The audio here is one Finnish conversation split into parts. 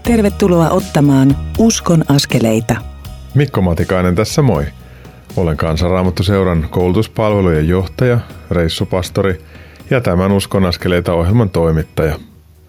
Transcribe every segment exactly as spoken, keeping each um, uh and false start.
Tervetuloa ottamaan Uskon askeleita. Mikko Matikainen tässä moi. Olen Kansanraamattuseuran koulutuspalvelujen johtaja, reissupastori ja tämän Uskon askeleita -ohjelman toimittaja.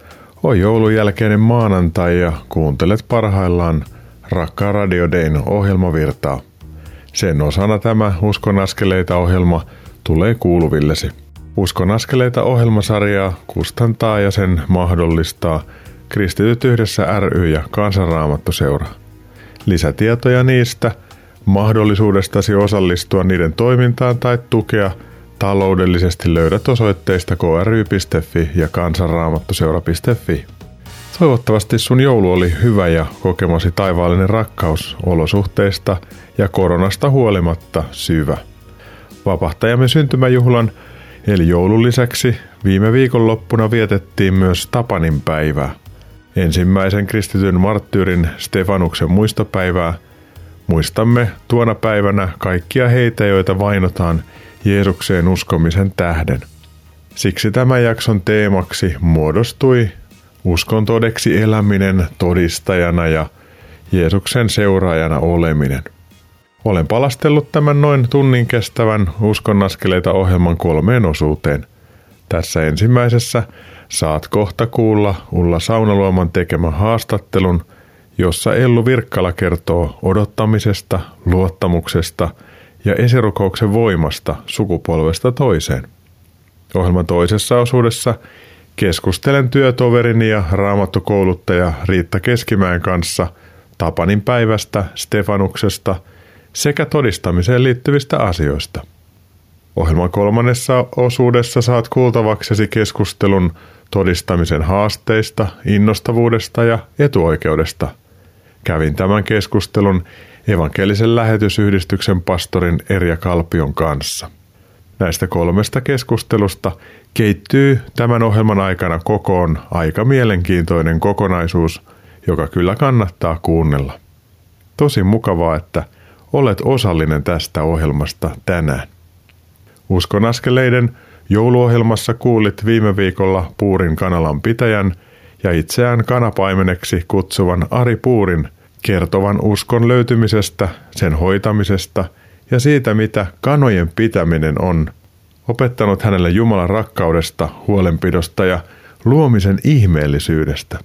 On joulun jälkeinen maanantai ja kuuntelet parhaillaan rakkaan Radio Dayn ohjelmavirtaa. Sen osana tämä Uskon askeleita -ohjelma tulee kuuluvillesi. Uskon askeleita -ohjelmasarjaa kustantaa ja sen mahdollistaa Kristityt yhdessä ry ja Kansanraamattuseura. Lisätietoja niistä, mahdollisuudestasi osallistua niiden toimintaan tai tukea taloudellisesti löydät osoitteista k r y piste f i ja kansanraamattuseura piste f i. Toivottavasti sun joulu oli hyvä ja kokemasi taivaallinen rakkaus olosuhteista ja koronasta huolimatta syvä. Vapahtajamme syntymäjuhlan eli joulun lisäksi viime viikonloppuna vietettiin myös Tapanin päivää. Ensimmäisen kristityn marttyyrin Stefanuksen muistopäivää. Muistamme tuona päivänä kaikkia heitä, joita vainotaan Jeesukseen uskomisen tähden. Siksi tämän jakson teemaksi muodostui uskon todeksi eläminen todistajana ja Jeesuksen seuraajana oleminen. Olen palastellut tämän noin tunnin kestävän Uskon askeleita -ohjelman kolmeen osuuteen. Tässä ensimmäisessä saat kohta kuulla Ulla Saunaluoman tekemän haastattelun, jossa Ellu Virkkala kertoo odottamisesta, luottamuksesta ja esirukouksen voimasta sukupolvesta toiseen. Ohjelman toisessa osuudessa keskustelen työtoverini ja raamattukouluttaja Riitta Keskimäen kanssa Tapanin päivästä, Stefanuksesta sekä todistamiseen liittyvistä asioista. Ohjelman kolmannessa osuudessa saat kuultavaksesi keskustelun todistamisen haasteista, innostavuudesta ja etuoikeudesta. Kävin tämän keskustelun evankelisen lähetysyhdistyksen pastorin Erja Kalpion kanssa. Näistä kolmesta keskustelusta keittyy tämän ohjelman aikana kokoon aika mielenkiintoinen kokonaisuus, joka kyllä kannattaa kuunnella. Tosi mukavaa, että olet osallinen tästä ohjelmasta tänään. Uskon askeleiden jouluohjelmassa kuulit viime viikolla Puurin kanalan pitäjän ja itseään kanapaimeneksi kutsuvan Ari Puurin kertovan uskon löytymisestä, sen hoitamisesta ja siitä, mitä kanojen pitäminen on, opettanut hänelle Jumalan rakkaudesta, huolenpidosta ja luomisen ihmeellisyydestä.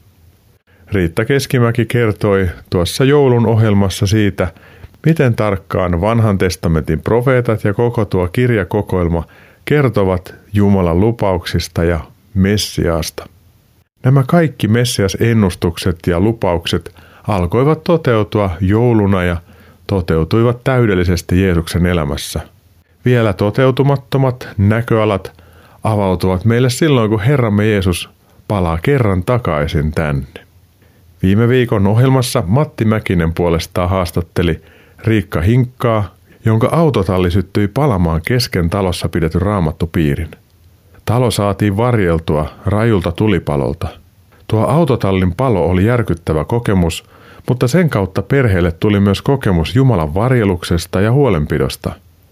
Riitta Keskimäki kertoi tuossa joulun ohjelmassa siitä, miten tarkkaan vanhan testamentin profeetat ja koko tuo kirjakokoelma kertovat Jumalan lupauksista ja Messiaasta. Nämä kaikki Messias-ennustukset ja lupaukset alkoivat toteutua jouluna ja toteutuivat täydellisesti Jeesuksen elämässä. Vielä toteutumattomat näköalat avautuvat meille silloin, kun Herramme Jeesus palaa kerran takaisin tänne. Viime viikon ohjelmassa Matti Mäkinen puolestaan haastatteli Riikka Hinkkaa, jonka autotalli syttyi palamaan kesken talossa pidetyn raamattupiirin. Talo saatiin varjeltua rajulta tulipalolta. Tuo autotallin palo oli järkyttävä kokemus, mutta sen kautta perheelle tuli myös kokemus Jumalan varjeluksesta ja huolenpidosta.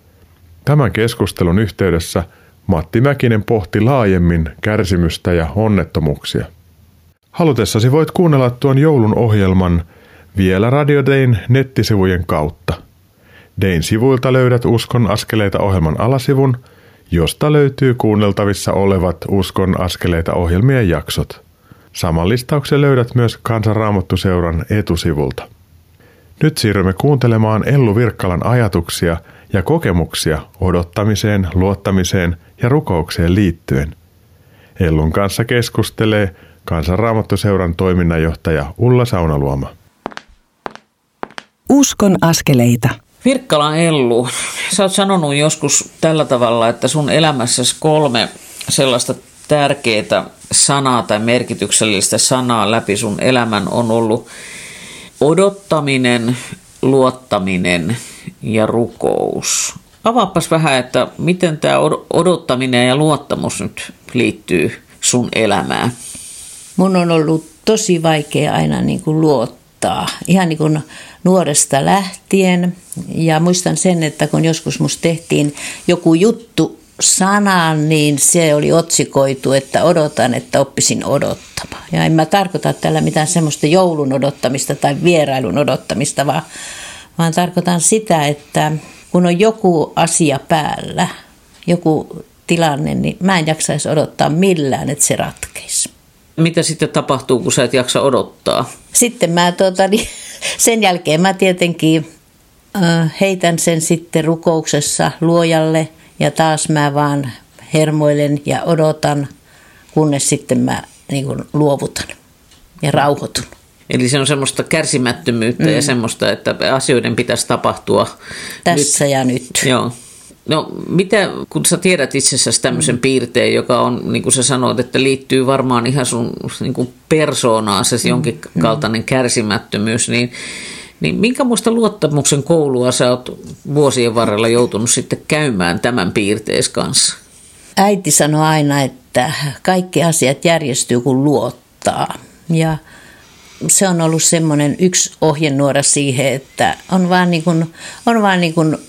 Tämän keskustelun yhteydessä Matti Mäkinen pohti laajemmin kärsimystä ja onnettomuuksia. Halutessasi voit kuunnella tuon joulun ohjelman vielä Radio Dayn nettisivujen kautta. Dayn sivuilta löydät Uskon askeleita -ohjelman alasivun, josta löytyy kuunneltavissa olevat Uskon askeleita -ohjelmien jaksot. Saman listauksen löydät myös Kansanraamattuseuran etusivulta. Nyt siirrymme kuuntelemaan Ellu Virkkalan ajatuksia ja kokemuksia odottamiseen, luottamiseen ja rukoukseen liittyen. Ellun kanssa keskustelee Kansanraamattuseuran toiminnanjohtaja Ulla Saunaluoma. Uskon askeleita. Virkkala Ellu, sä oot sanonut joskus tällä tavalla, että sun elämässäsi kolme sellaista tärkeää sanaa tai merkityksellistä sanaa läpi sun elämän on ollut odottaminen, luottaminen ja rukous. Avaapas vähän, että miten tämä odottaminen ja luottamus nyt liittyy sun elämään. Mun on ollut tosi vaikea aina niin kuin luottaa, ihan niin kuin nuoresta lähtien. Ja muistan sen, että kun joskus musta tehtiin joku juttu sanaan, niin se oli otsikoitu, että odotan, että oppisin odottaa. odottamaan. Ja en mä tarkoita tällä mitään semmoista joulun odottamista tai vierailun odottamista, vaan, vaan tarkoitan sitä, että kun on joku asia päällä, joku tilanne, niin mä en jaksaisi odottaa millään, että se ratkeisi. Mitä sitten tapahtuu, kun sä et jaksa odottaa? Sitten mä tuota, niin sen jälkeen mä tietenkin äh, heitän sen sitten rukouksessa luojalle ja taas mä vaan hermoilen ja odotan, kunnes sitten mä niin kuin luovutan ja rauhoitun. Eli se on semmoista kärsimättömyyttä mm. ja semmoista, että asioiden pitäisi tapahtua tässä nyt. ja nyt. Joo. No mitä, kun sä tiedät itsessäsi tämmöisen mm. piirteen, joka on, niin kuin sä sanoit, että liittyy varmaan ihan sun niin kuin persoonaan, se jonkin mm. kaltainen kärsimättömyys, niin, niin minkä muista luottamuksen koulua sä oot vuosien varrella joutunut sitten käymään tämän piirtees kanssa? Äiti sanoi aina, että kaikki asiat järjestyy kun luottaa, ja se on ollut semmoinen yksi ohjenuora siihen, että on vaan niin kuin, on vaan niin kuin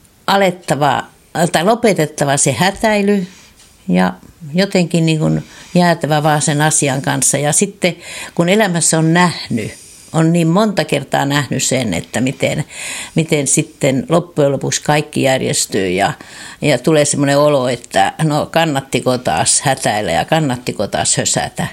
alettava tai lopetettava se hätäily ja jotenkin niin kuin jäätävä vaan sen asian kanssa. Ja sitten kun elämässä on nähnyt, on niin monta kertaa nähnyt sen, että miten, miten sitten loppujen lopuksi kaikki järjestyy ja, ja tulee semmoinen olo, että no kannattiko taas hätäillä ja kannattiko taas hösätä.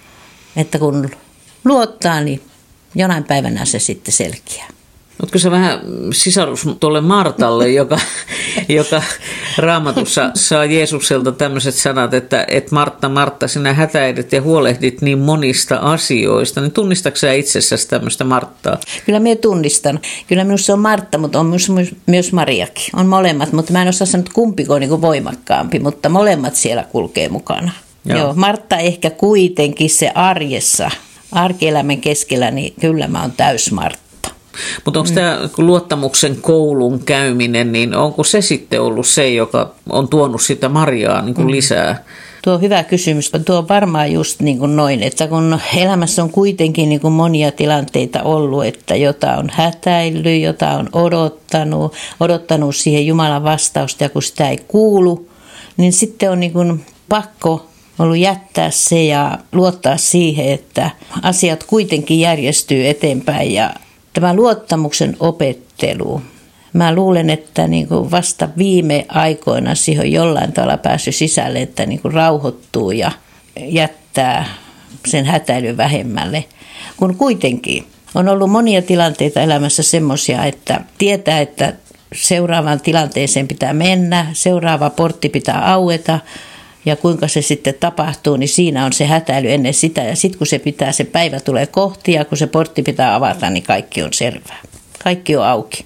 Että kun luottaa, niin jonain päivänä se sitten selkiää. Oletko sä vähän sisarus tuolle Martalle, joka, joka Raamatussa saa Jeesukselta tämmöiset sanat, että et Martta, Martta, sinä hätäilet ja huolehdit niin monista asioista. Niin tunnistatko sä itsessäsi tämmöistä Marttaa? Kyllä minä tunnistan. Kyllä minussa on Martta, mutta on myös, myös Mariakin. On molemmat, mutta mä en osaa sanoa, kumpiko on niin voimakkaampi, mutta molemmat siellä kulkee mukana. Joo. Joo, Martta ehkä kuitenkin se arjessa, arkielämän keskellä, niin kyllä mä oon täys Martta. Mutta onko tämä luottamuksen koulun käyminen, niin onko se sitten ollut se, joka on tuonut sitä Mariaa niin kuin mm. lisää? Tuo on hyvä kysymys. Tuo on varmaan just niin kuin noin, että kun elämässä on kuitenkin niin kuin monia tilanteita ollut, että jota on hätäillyt, jota on odottanut, odottanut siihen Jumalan vastausta ja kun sitä ei kuulu, niin sitten on niin kuin pakko ollut jättää se ja luottaa siihen, että asiat kuitenkin järjestyy eteenpäin. Ja tämä luottamuksen opettelu, mä luulen, että niin kuin vasta viime aikoina siihen on jollain tavalla päässyt sisälle, että niin kuin rauhoittuu ja jättää sen hätäilyn vähemmälle. Kun kuitenkin on ollut monia tilanteita elämässä semmoisia, että tietää, että seuraavaan tilanteeseen pitää mennä, seuraava portti pitää aueta. Ja kuinka se sitten tapahtuu, niin siinä on se hätäily ennen sitä. Ja sitten kun se pitää, se päivä tulee kohti ja kun se portti pitää avata, niin kaikki on selvää. Kaikki on auki.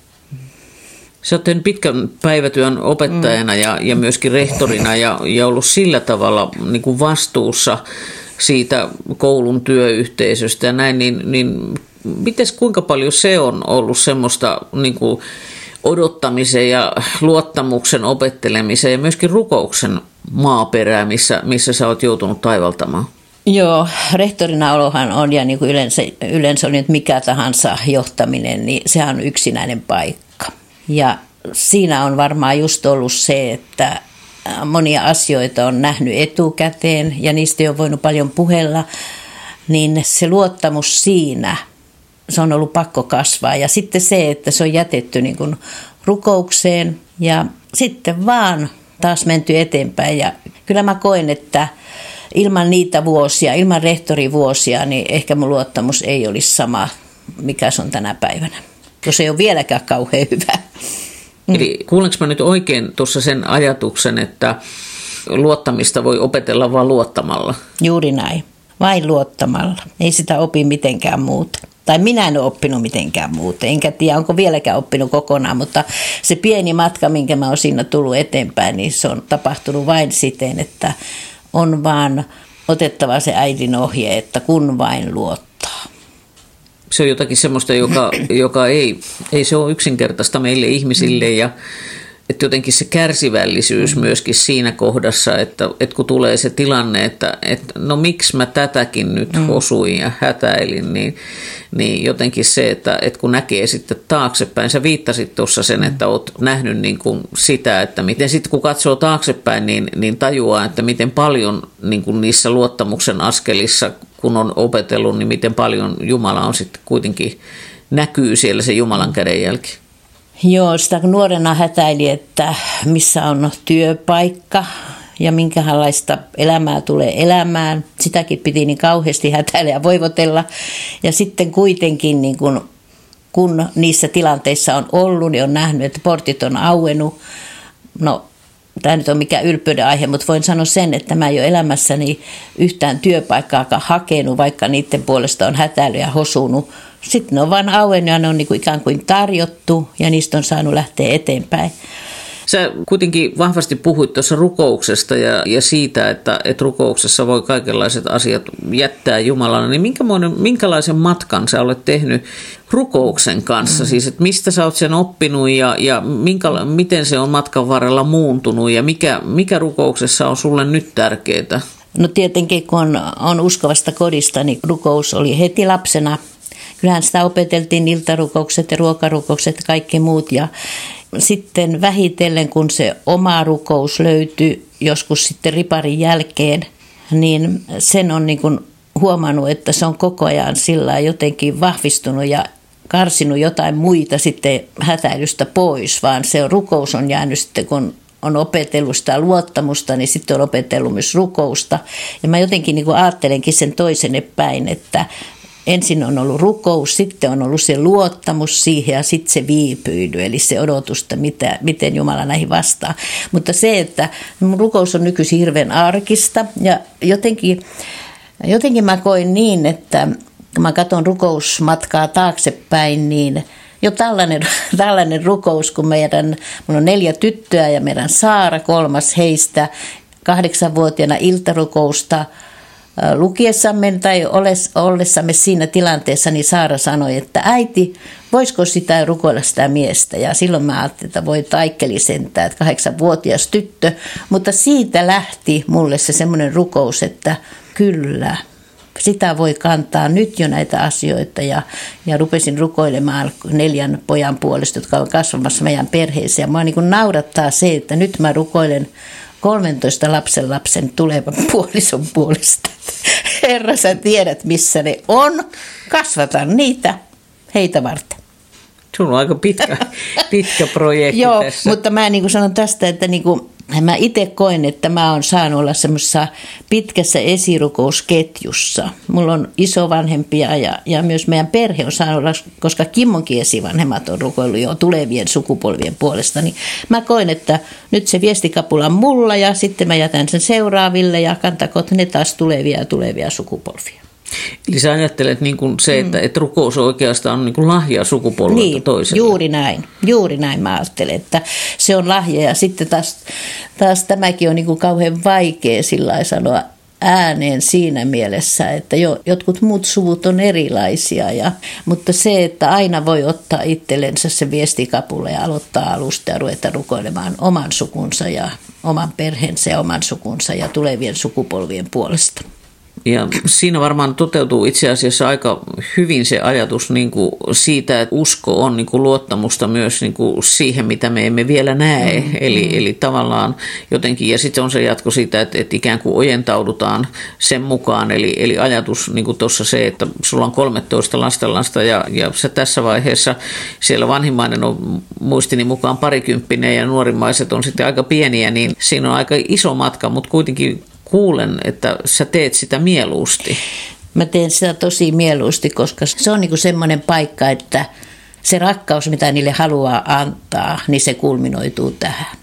Sä oot tehnyt pitkän päivätyön opettajana mm. ja, ja myöskin rehtorina ja, ja ollut sillä tavalla niin kuin vastuussa siitä koulun työyhteisöstä ja näin. Niin, niin mites kuinka paljon se on ollut semmoista niin kuin odottamisen ja luottamuksen opettelemisen ja myöskin rukouksen maaperää, missä, missä sä oot joutunut taivaltamaan? Joo, rehtorina olohan on ja niin kuin yleensä, yleensä on nyt mikä tahansa johtaminen, niin sehän on yksinäinen paikka. Ja siinä on varmaan just ollut se, että monia asioita on nähnyt etukäteen ja niistä on voinut paljon puhella, niin se luottamus siinä, se on ollut pakko kasvaa. Ja sitten se, että se on jätetty niin kuin rukoukseen ja sitten vaan taas menty eteenpäin. Ja kyllä mä koen, että ilman niitä vuosia, ilman rehtorivuosia, niin ehkä mun luottamus ei olisi sama, mikä se on tänä päivänä. Kun se ei ole vieläkään kauhean hyvä. Eli kuulenko mä nyt oikein tuossa sen ajatuksen, että luottamista voi opetella vain luottamalla? Juuri näin. Vain luottamalla. Ei sitä opi mitenkään muuta. Tai minä en ole oppinut mitenkään muuta. Enkä tiedä, onko vieläkään oppinut kokonaan, mutta se pieni matka, minkä mä oon siinä tullut eteenpäin, niin se on tapahtunut vain siten, että on vaan otettava se äidin ohje, että kun vain luottaa. Se on jotakin semmoista, joka, joka ei, ei se ole yksinkertaista meille ihmisille ja että jotenkin se kärsivällisyys myöskin siinä kohdassa, että, että kun tulee se tilanne, että, että no miksi mä tätäkin nyt hosuin ja hätäilin, niin, niin jotenkin se, että, että kun näkee sitten taaksepäin, sä viittasit tuossa sen, että oot nähnyt niin kuin sitä, että miten sitten kun katsoo taaksepäin, niin, niin tajuaa, että miten paljon niin kuin niissä luottamuksen askelissa kun on opetellut, niin miten paljon Jumala on sitten kuitenkin näkyy siellä se Jumalan kädenjälki? Joo, sitä nuorena hätäili, että missä on työpaikka ja minkälaista elämää tulee elämään. Sitäkin piti niin kauheasti hätäillä ja voivotella. Ja sitten kuitenkin niin kun, kun niissä tilanteissa on ollut, niin on nähnyt, että portit on auennut. No, tämä nyt on mikään ylpeyden aihe, mutta voin sanoa sen, että mä en ole elämässäni yhtään työpaikkaakaan hakenut, vaikka niiden puolesta on hätäily ja hosunut. Sitten ne on vaan auennut ja ne on niin kuin ikään kuin tarjottu ja niistä on saanut lähteä eteenpäin. Sä kuitenkin vahvasti puhuit tuossa rukouksesta ja, ja siitä, että, että rukouksessa voi kaikenlaiset asiat jättää Jumalana. Niin minkälaisen matkan sä olet tehnyt rukouksen kanssa? Mm. Siis, että mistä sä oot sen oppinut ja, ja minkä, miten se on matkan varrella muuntunut ja mikä, mikä rukouksessa on sulle nyt tärkeää? No tietenkin, kun on, on uskovasta kodista, niin rukous oli heti lapsena. Kyllähän sitä opeteltiin iltarukoukset ja ruokarukoukset ja kaikki muut. Ja sitten vähitellen, kun se oma rukous löytyi joskus sitten riparin jälkeen, niin sen on niin kuin huomannut, että se on koko ajan sillä jotenkin vahvistunut ja karsinut jotain muita sitten hätäilystä pois, vaan se rukous on jäänyt sitten, kun on opetellut sitä luottamusta, niin sitten on opetellut myös rukousta. Ja mä jotenkin niin kuin ajattelenkin sen toisenne päin, että ensin on ollut rukous, sitten on ollut se luottamus siihen ja sitten se viipyily, eli se odotusta, mitä, miten Jumala näihin vastaa. Mutta se, että rukous on nykyisin hirveän arkista ja jotenkin, jotenkin mä koin niin, että kun mä katson rukousmatkaa taaksepäin, niin jo tällainen, tällainen rukous, kun meidän, mulla on neljä tyttöä ja meidän Saara, kolmas heistä, kahdeksanvuotiaana iltarukousta lukiessamme tai ollessamme siinä tilanteessa, niin Saara sanoi, että äiti, voisiko sitä rukoilla sitä miestä? Ja silloin mä ajattelin, että voi taikkeli sentään, että kahdeksanvuotias tyttö. Mutta siitä lähti mulle se semmoinen rukous, että kyllä, sitä voi kantaa nyt jo näitä asioita. Ja, ja rupesin rukoilemaan neljän pojan puolesta, jotka on kasvamassa meidän perheessä. Ja mua niin kuin naurattaa se, että nyt mä rukoilen kolmentoista lapsen lapsen tulevan puolison puolesta. Herra, sä tiedät, missä ne on. Kasvata niitä heitä varten. Sulla on aika pitkä, pitkä projekti Joo, tässä. Mutta mä niin kuin sanon tästä, että niin kuin, mä itse koen, että mä oon saanut olla semmoisessa pitkässä esirukousketjussa. Mulla on isovanhempia ja, ja myös meidän perhe on saanut olla, koska Kimmonkin esivanhemmat on rukoillut jo tulevien sukupolvien puolesta. Niin mä koen, että nyt se viestikapula on mulla ja sitten mä jätän sen seuraaville ja kantakoot ne taas tulevia ja tulevia sukupolvia. Eli sä ajattelet niin kuin se, että, mm. että rukous oikeastaan on niin kuin lahja sukupolvelta niin, toiselle. Juuri näin, juuri näin mä ajattelen, että se on lahja ja sitten taas, taas tämäkin on niin kuin kauhean vaikea sillä sanoa ääneen siinä mielessä, että jo, jotkut muut suvut on erilaisia, ja, mutta se, että aina voi ottaa itsellensä se viestikapula ja aloittaa alusta ja ruveta rukoilemaan oman sukunsa ja oman perheensä ja oman sukunsa ja tulevien sukupolvien puolesta. Ja siinä varmaan toteutuu itse asiassa aika hyvin se ajatus niin kuin siitä, että usko on niin kuin luottamusta myös niin kuin siihen, mitä me emme vielä näe. Mm, eli, mm. eli tavallaan jotenkin, ja sitten on se jatko siitä, että, että ikään kuin ojentaudutaan sen mukaan. Eli, eli ajatus niin kuin tuossa se, että sulla on kolmetoista lastenlasta ja, ja sä tässä vaiheessa siellä vanhimmainen on muistini mukaan parikymppinen ja nuorimmaiset on sitten aika pieniä, niin siinä on aika iso matka, mutta kuitenkin kuulen, että sä teet sitä mieluusti. Mä teen sitä tosi mieluusti, koska se on niinku semmoinen paikka, että se rakkaus, mitä niille haluaa antaa, niin se kulminoituu tähän.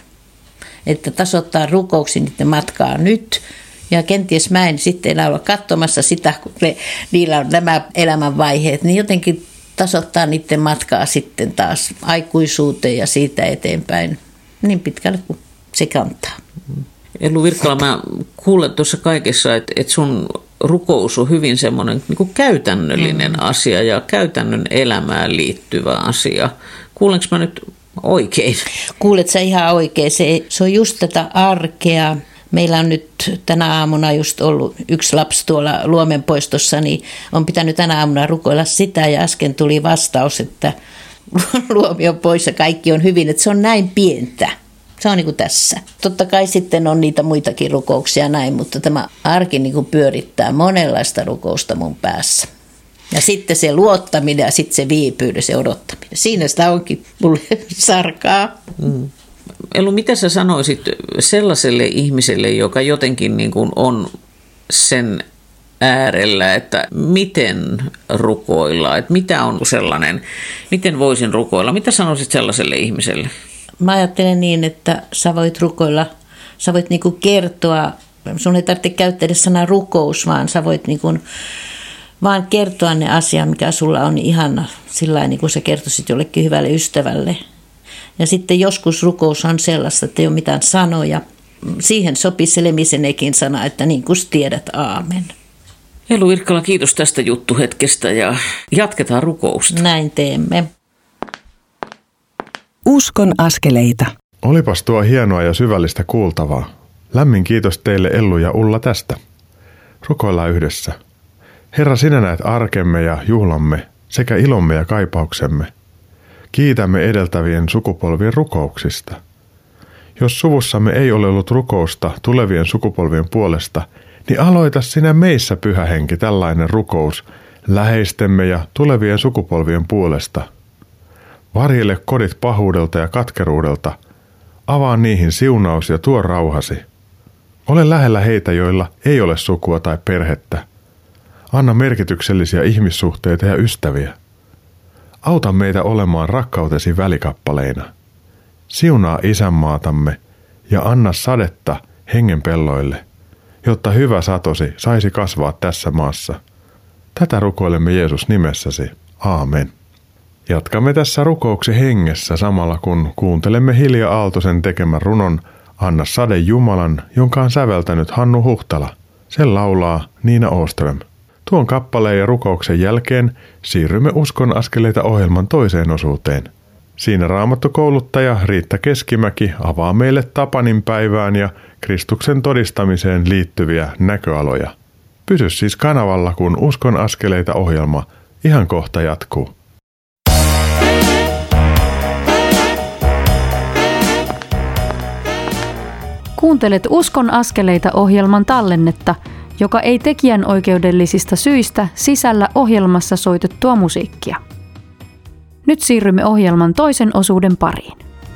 Että tasoittaa rukouksia niiden matkaa nyt. Ja kenties mä en sitten enää ole katsomassa sitä, kun ne, niillä on nämä elämänvaiheet, niin jotenkin tasoittaa niiden matkaa sitten taas aikuisuuteen ja siitä eteenpäin niin pitkälle kuin se kantaa. Ellu Virkkala, mä kuulen tuossa kaikessa, että, että sun rukous on hyvin semmoinen niin kuin käytännöllinen mm. asia ja käytännön elämään liittyvä asia. Kuulenko mä nyt oikein? Kuulet sä ihan oikein. Se, se on just tätä arkea. Meillä on nyt tänä aamuna just ollut yksi lapsi tuolla Luomenpoistossa, niin on pitänyt tänä aamuna rukoilla sitä ja äsken tuli vastaus, että Luomi on pois ja kaikki on hyvin. Että se on näin pientä. Se on niin kuin tässä. Totta kai sitten on niitä muitakin rukouksia näin, mutta tämä arki niin kuin pyörittää monenlaista rukousta mun päässä. Ja sitten se luottaminen ja sitten se viipyily, se odottaminen. Siinä sitä onkin mulle sarkaa. Mm. Elu, mitä sä sanoisit sellaiselle ihmiselle, joka jotenkin niin kuin on sen äärellä, että miten rukoilla, että mitä on sellainen, miten voisin rukoilla, mitä sanoisit sellaiselle ihmiselle? Mä ajattelen niin, että sä voit rukoilla, sä voit niinku kertoa, sun ei tarvitse käyttää edes sanaa rukous, vaan sä voit niinku vaan kertoa ne asiat, mikä sulla on ihana, sillä niin kuin sä kertoisit jollekin hyvälle ystävälle. Ja sitten joskus rukous on sellaista, että ei ole mitään sanoja. Siihen sopii se Lemisenekin sana, että niin kuin tiedät, aamen. Elu Virkkala, kiitos tästä juttuhetkestä ja jatketaan rukousta. Näin teemme. Uskon askeleita. Olipas tuo hienoa ja syvällistä kuultavaa. Lämmin kiitos teille Ellu ja Ulla tästä. Rukoillaan yhdessä. Herra, sinä näet arkemme ja juhlamme sekä ilomme ja kaipauksemme. Kiitämme edeltävien sukupolvien rukouksista. Jos suvussamme ei ole ollut rukousta tulevien sukupolvien puolesta, niin aloita sinä meissä, Pyhä Henki, tällainen rukous läheistemme ja tulevien sukupolvien puolesta. Varjele kodit pahuudelta ja katkeruudelta. Avaa niihin siunaus ja tuo rauhasi. Ole lähellä heitä, joilla ei ole sukua tai perhettä. Anna merkityksellisiä ihmissuhteita ja ystäviä. Auta meitä olemaan rakkautesi välikappaleina. Siunaa isänmaatamme ja anna sadetta hengen pelloille, jotta hyvä satosi saisi kasvaa tässä maassa. Tätä rukoilemme Jeesus nimessäsi. Aamen. Jatkamme tässä rukouksen hengessä samalla kun kuuntelemme Hilja Aaltosen tekemän runon Anna sade Jumalan, jonka on säveltänyt Hannu Huhtala. Sen laulaa Niina Åström. Tuon kappaleen ja rukouksen jälkeen siirrymme Uskon askeleita -ohjelman toiseen osuuteen. Siinä raamattokouluttaja Riitta Keskimäki avaa meille Tapanin päivään ja Kristuksen todistamiseen liittyviä näköaloja. Pysy siis kanavalla, kun Uskon askeleita -ohjelma ihan kohta jatkuu. Kuuntelet Uskon askeleita -ohjelman tallennetta, joka ei tekijänoikeudellisista syistä sisällä ohjelmassa soitettua musiikkia. Nyt siirrymme ohjelman toisen osuuden pariin.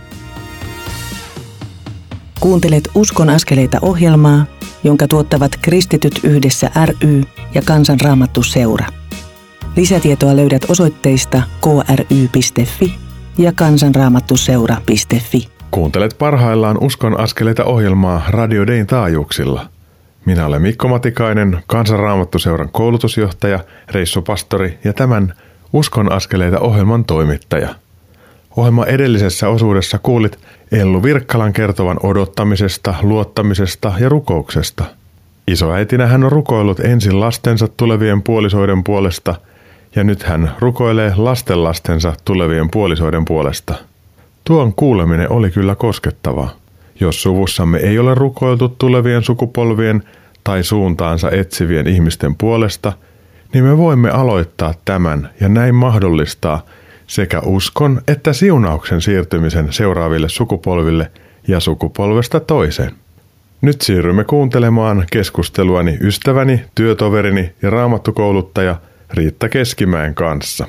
Kuuntelet Uskon askeleita -ohjelmaa, jonka tuottavat Kristityt yhdessä ry ja Kansanraamattu seura. Lisätietoa löydät osoitteista k r y piste f i ja kansanraamattuseura piste f i. Kuuntelet parhaillaan Uskon askeleita -ohjelmaa Radio Dayn taajuuksilla. Minä olen Mikko Matikainen, Kansanraamattuseuran koulutusjohtaja, reissupastori ja tämän Uskon askeleita -ohjelman toimittaja. Ohjelman edellisessä osuudessa kuulit Ellu Virkkalan kertovan odottamisesta, luottamisesta ja rukouksesta. Isoäitinä hän on rukoillut ensin lastensa tulevien puolisoiden puolesta ja nyt hän rukoilee lastenlastensa tulevien puolisoiden puolesta. Tuon kuuleminen oli kyllä koskettavaa. Jos suvussamme ei ole rukoiltu tulevien sukupolvien tai suuntaansa etsivien ihmisten puolesta, niin me voimme aloittaa tämän ja näin mahdollistaa sekä uskon että siunauksen siirtymisen seuraaville sukupolville ja sukupolvesta toiseen. Nyt siirrymme kuuntelemaan keskusteluani ystäväni, työtoverini ja raamattukouluttaja Riitta Keskimäen kanssa.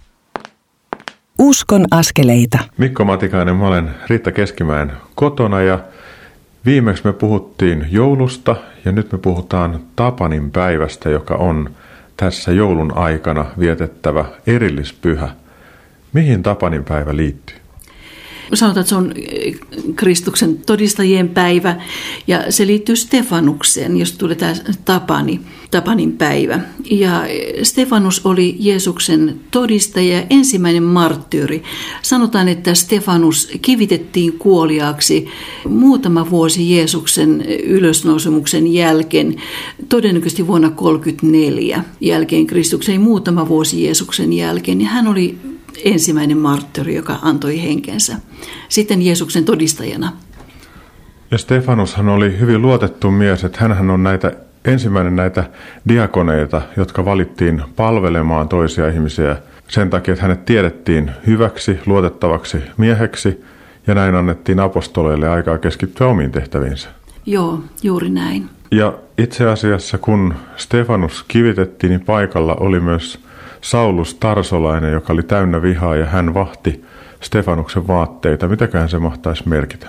Uskon askeleita. Mikko Matikainen, mä olen Riitta Keskimäen kotona ja viimeksi me puhuttiin joulusta ja nyt me puhutaan Tapanin päivästä, joka on tässä joulun aikana vietettävä erillispyhä. Mihin Tapanin päivä liittyy? Sanotaan, että se on Kristuksen todistajien päivä ja se liittyy Stefanukseen, jos tulee tämä Tapani, Tapanin päivä. Ja Stefanus oli Jeesuksen todistaja ja ensimmäinen marttyyri. Sanotaan, että Stefanus kivitettiin kuoliaaksi muutama vuosi Jeesuksen ylösnousemuksen jälkeen, todennäköisesti vuonna kolmekymmentäneljä jälkeen Kristuksen, muutama vuosi Jeesuksen jälkeen. Ja hän oli ensimmäinen marttyyri, joka antoi henkensä sitten Jeesuksen todistajana. Ja Stefanushan oli hyvin luotettu mies, että hänhän on näitä, ensimmäinen näitä diakoneita, jotka valittiin palvelemaan toisia ihmisiä sen takia, että hänet tiedettiin hyväksi, luotettavaksi mieheksi ja näin annettiin apostoleille aikaa keskittyä omiin tehtäviinsä. Joo, juuri näin. Ja itse asiassa kun Stefanus kivitettiin, niin paikalla oli myös Saulus Tarsolainen, joka oli täynnä vihaa ja hän vahti Stefanuksen vaatteita. Mitäköhän se mahtaisi merkitä?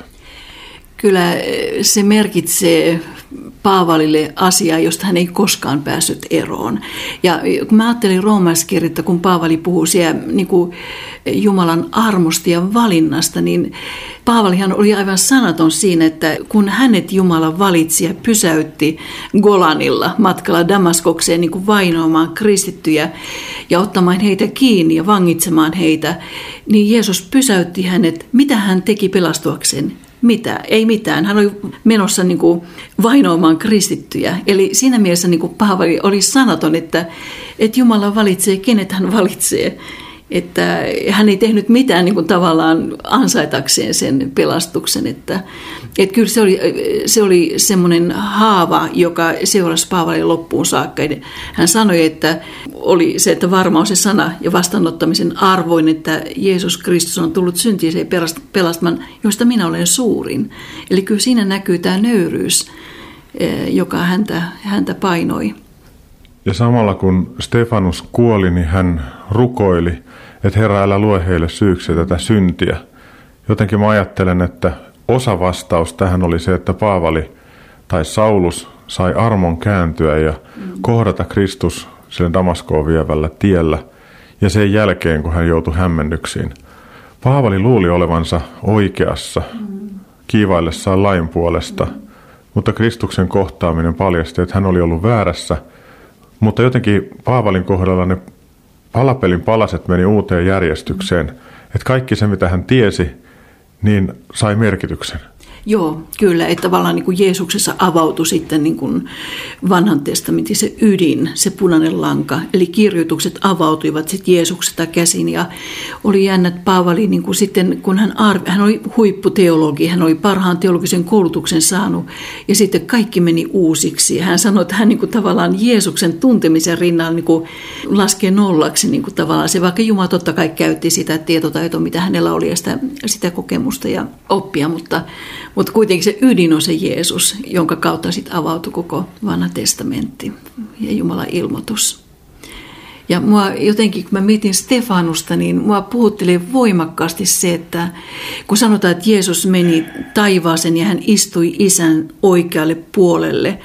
Kyllä se merkitsee Paavalille asiaa, josta hän ei koskaan päässyt eroon. Ja kun mä ajattelin roomalaiskirjettä, kun Paavali puhuu siellä niin kuin Jumalan armosta ja valinnasta, niin Paavalihan oli aivan sanaton siinä, että kun hänet Jumala valitsi ja pysäytti Golanilla matkalla Damaskokseen niin kuin vainoamaan kristittyjä ja ottamaan heitä kiinni ja vangitsemaan heitä, niin Jeesus pysäytti hänet. Mitä hän teki pelastuakseen? Mitä? Ei mitään. Hän oli menossa niin kuin vainoamaan kristittyjä. Eli siinä mielessä niin kuin Paavali oli sanaton, että, että Jumala valitsee, kenet hän valitsee. Että hän ei tehnyt mitään niin kuin tavallaan ansaitakseen sen pelastuksen. Että, että kyllä se oli, se oli semmoinen haava, joka seurasi Paavalin loppuun saakka. Hän sanoi, että oli se, että varma on se sana ja vastaanottamisen arvoin, että Jeesus Kristus on tullut syntiiseen pelastamaan, josta minä olen suurin. Eli kyllä siinä näkyy tämä nöyryys, joka häntä, häntä painoi. Ja samalla kun Stefanus kuoli, niin hän rukoili, että Herra, älä lue heille syyksi tätä syntiä. Jotenkin mä ajattelen, että osa vastaus tähän oli se, että Paavali tai Saulus sai armon kääntyä ja kohdata Kristus sille Damaskoon vievällä tiellä. Ja sen jälkeen, kun hän joutui hämmennyksiin. Paavali luuli olevansa oikeassa, kiivaillessaan lain puolesta, mutta Kristuksen kohtaaminen paljasti, että hän oli ollut väärässä. Mutta jotenkin Paavalin kohdalla ne palapelin palaset meni uuteen järjestykseen. Että kaikki se, mitä hän tiesi, niin sai merkityksen. Joo, kyllä, että tavallaan niin kuin Jeesuksessa avautui sitten niin kuin vanhan testamentin se ydin, se punainen lanka. Eli kirjoitukset avautuivat sitten Jeesuksesta käsin ja oli jännä, että Paavali niin kuin sitten, kun hän, arvi, hän oli huipputeologi, hän oli parhaan teologisen koulutuksen saanut ja sitten kaikki meni uusiksi. Hän sanoi, että hän niin kuin tavallaan Jeesuksen tuntemisen rinnalla niin kuin laskee nollaksi niin kuin tavallaan se, vaikka Jumala totta kai käytti sitä tietotaitoa, mitä hänellä oli ja sitä, sitä kokemusta ja oppia, mutta Mutta kuitenkin se ydin on se Jeesus, jonka kautta sitten avautui koko vanha testamentti ja Jumalan ilmoitus. Ja mua jotenkin, kun mä mietin Stefanusta, niin mua puhutteli voimakkaasti se, että kun sanotaan, että Jeesus meni taivaaseen ja hän istui Isän oikealle puolelle,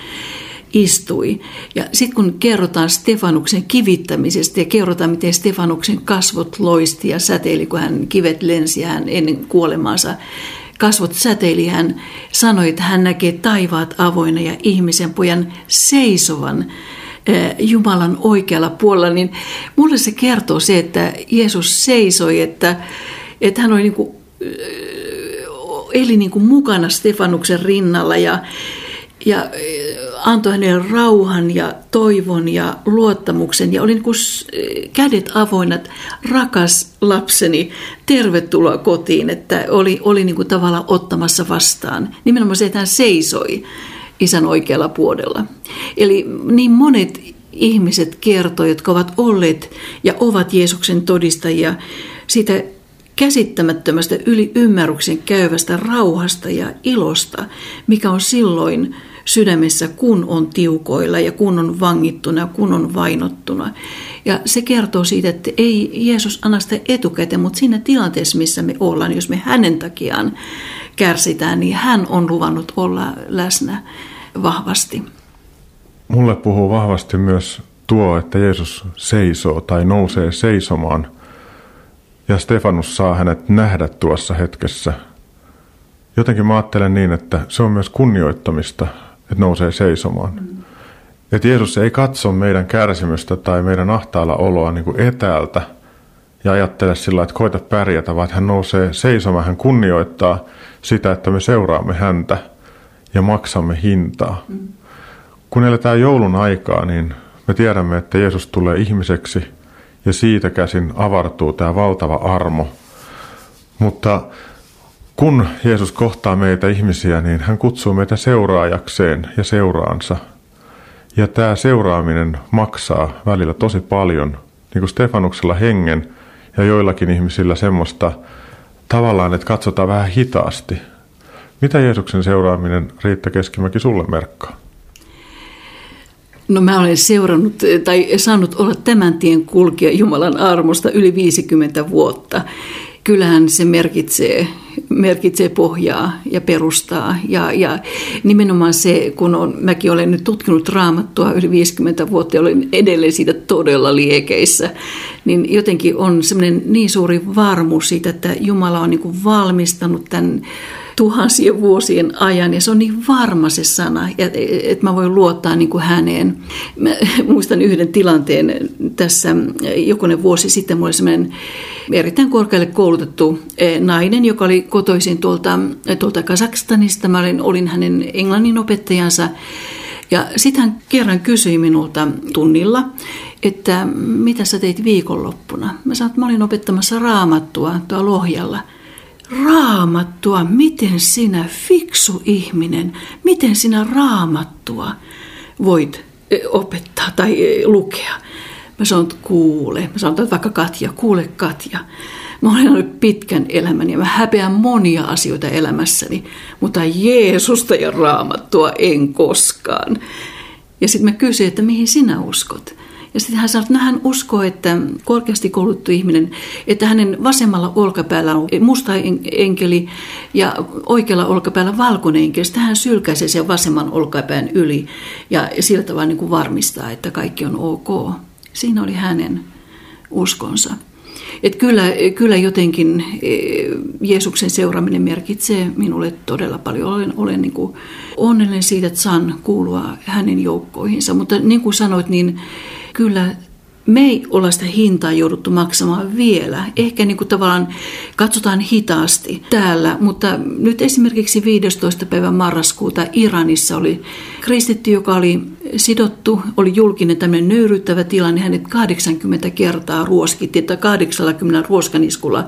istui. Ja sitten kun kerrotaan Stefanuksen kivittämisestä ja kerrotaan, miten Stefanuksen kasvot loisti ja säteili, kun hän kivet lensi hän ennen kuolemaansa, kasvot säteili, hän sanoi, että hän näkee taivaat avoinna ja ihmisen pojan seisovan Jumalan oikealla puolella, niin mulle se kertoo se, että Jeesus seisoi, että, että hän oli niin kuin, eli niin kuin mukana Stefanuksen rinnalla ja, ja antoi hänelle rauhan ja toivon ja luottamuksen ja oli niin kuin kädet avoinna, että rakas lapseni, tervetuloa kotiin, että oli, oli niin kuin tavallaan ottamassa vastaan. Nimenomaan se, että hän seisoi Isän oikealla puolella. Eli niin monet ihmiset kertoo, jotka ovat olleet ja ovat Jeesuksen todistajia siitä käsittämättömästä yli ymmärryksen käyvästä rauhasta ja ilosta, mikä on silloin sydämessä, kun on tiukoilla ja kun on vangittuna ja kun on vainottuna. Ja se kertoo siitä, että ei Jeesus anna sitä etukäteen, mutta siinä tilanteessa, missä me ollaan, jos me hänen takiaan kärsitään, niin hän on luvannut olla läsnä vahvasti. Mulle puhuu vahvasti myös tuo, että Jeesus seisoo tai nousee seisomaan. Ja Stefanus saa hänet nähdä tuossa hetkessä. Jotenkin mä ajattelen niin, että se on myös kunnioittamista, että nousee seisomaan. Mm. Että Jeesus ei katso meidän kärsimystä tai meidän ahtaalla oloa niin kuin etäältä ja ajattele sillä, että koita pärjätä, vaan hän nousee seisomaan, hän kunnioittaa sitä, että me seuraamme häntä ja maksamme hintaa. Mm. Kun eletään joulun aikaa, niin me tiedämme, että Jeesus tulee ihmiseksi ja siitä käsin avartuu tämä valtava armo. Mutta kun Jeesus kohtaa meitä ihmisiä, niin hän kutsuu meitä seuraajakseen ja seuraansa. Ja tämä seuraaminen maksaa välillä tosi paljon, niin kuin Stefanuksella hengen ja joillakin ihmisillä semmoista tavallaan, että katsotaan vähän hitaasti. Mitä Jeesuksen seuraaminen, Riitta Keskimäki, sulle merkkaa? No mä olen seurannut tai saanut olla tämän tien kulkija Jumalan armosta yli viisikymmentä vuotta. Kyllähän se merkitsee, merkitsee pohjaa ja perustaa. Ja, ja nimenomaan se, kun on, mäkin olen nyt tutkinut Raamattua yli viisikymmentä vuotta ja olen edelleen siitä todella liekeissä, niin jotenkin on semmoinen niin suuri varmuus siitä, että Jumala on niin kuin valmistanut tämän tuhansien vuosien ajan, ja se on niin varma se sana, että mä voin luottaa niin kuin häneen. Mä muistan yhden tilanteen tässä jokunen vuosi sitten, mulla oli semmoinen erittäin korkealle koulutettu nainen, joka oli kotoisin tuolta, tuolta Kazakstanista. Mä olin, olin hänen englannin opettajansa, ja sitten hän kerran kysyi minulta tunnilla, että mitä sä teit viikonloppuna? Mä sanoin, että mä olin opettamassa Raamattua tuolla Lohjalla. Raamattua, miten sinä, fiksu ihminen, miten sinä Raamattua voit opettaa tai lukea? Mä sanon, että kuule. Mä sanon, että vaikka Katja, kuule Katja. Mä olen ollut pitkän elämäni ja mä häpeän monia asioita elämässäni, mutta Jeesusta ja Raamattua en koskaan. Ja sitten mä kysyin, että mihin sinä uskot? Ja sitten hän sanoi, että no hän uskoo, että korkeasti kouluttu ihminen, että hänen vasemmalla olkapäällä on musta enkeli ja oikealla olkapäällä valkoinen enkeli. Sitten hän sylkäisee sen vasemman olkapään yli ja sillä tavalla niin kuin varmistaa, että kaikki on ok. Siinä oli hänen uskonsa. Että kyllä, kyllä jotenkin Jeesuksen seuraaminen merkitsee minulle todella paljon. Olen, olen niin kuin onnellinen siitä, että saan kuulua hänen joukkoihinsa. Mutta niin kuin sanoit, niin kyllä me ei olla sitä hintaa jouduttu maksamaan vielä. Ehkä niin kuin tavallaan katsotaan hitaasti täällä, mutta nyt esimerkiksi viidestoista päivä marraskuuta Iranissa oli kristitty, joka oli sidottu, oli julkinen tämmöinen nöyryyttävä tilanne. Hänet kahdeksankymmentä kertaa ruoskittiin, tai kahdeksankymmentä ruoskaniskulla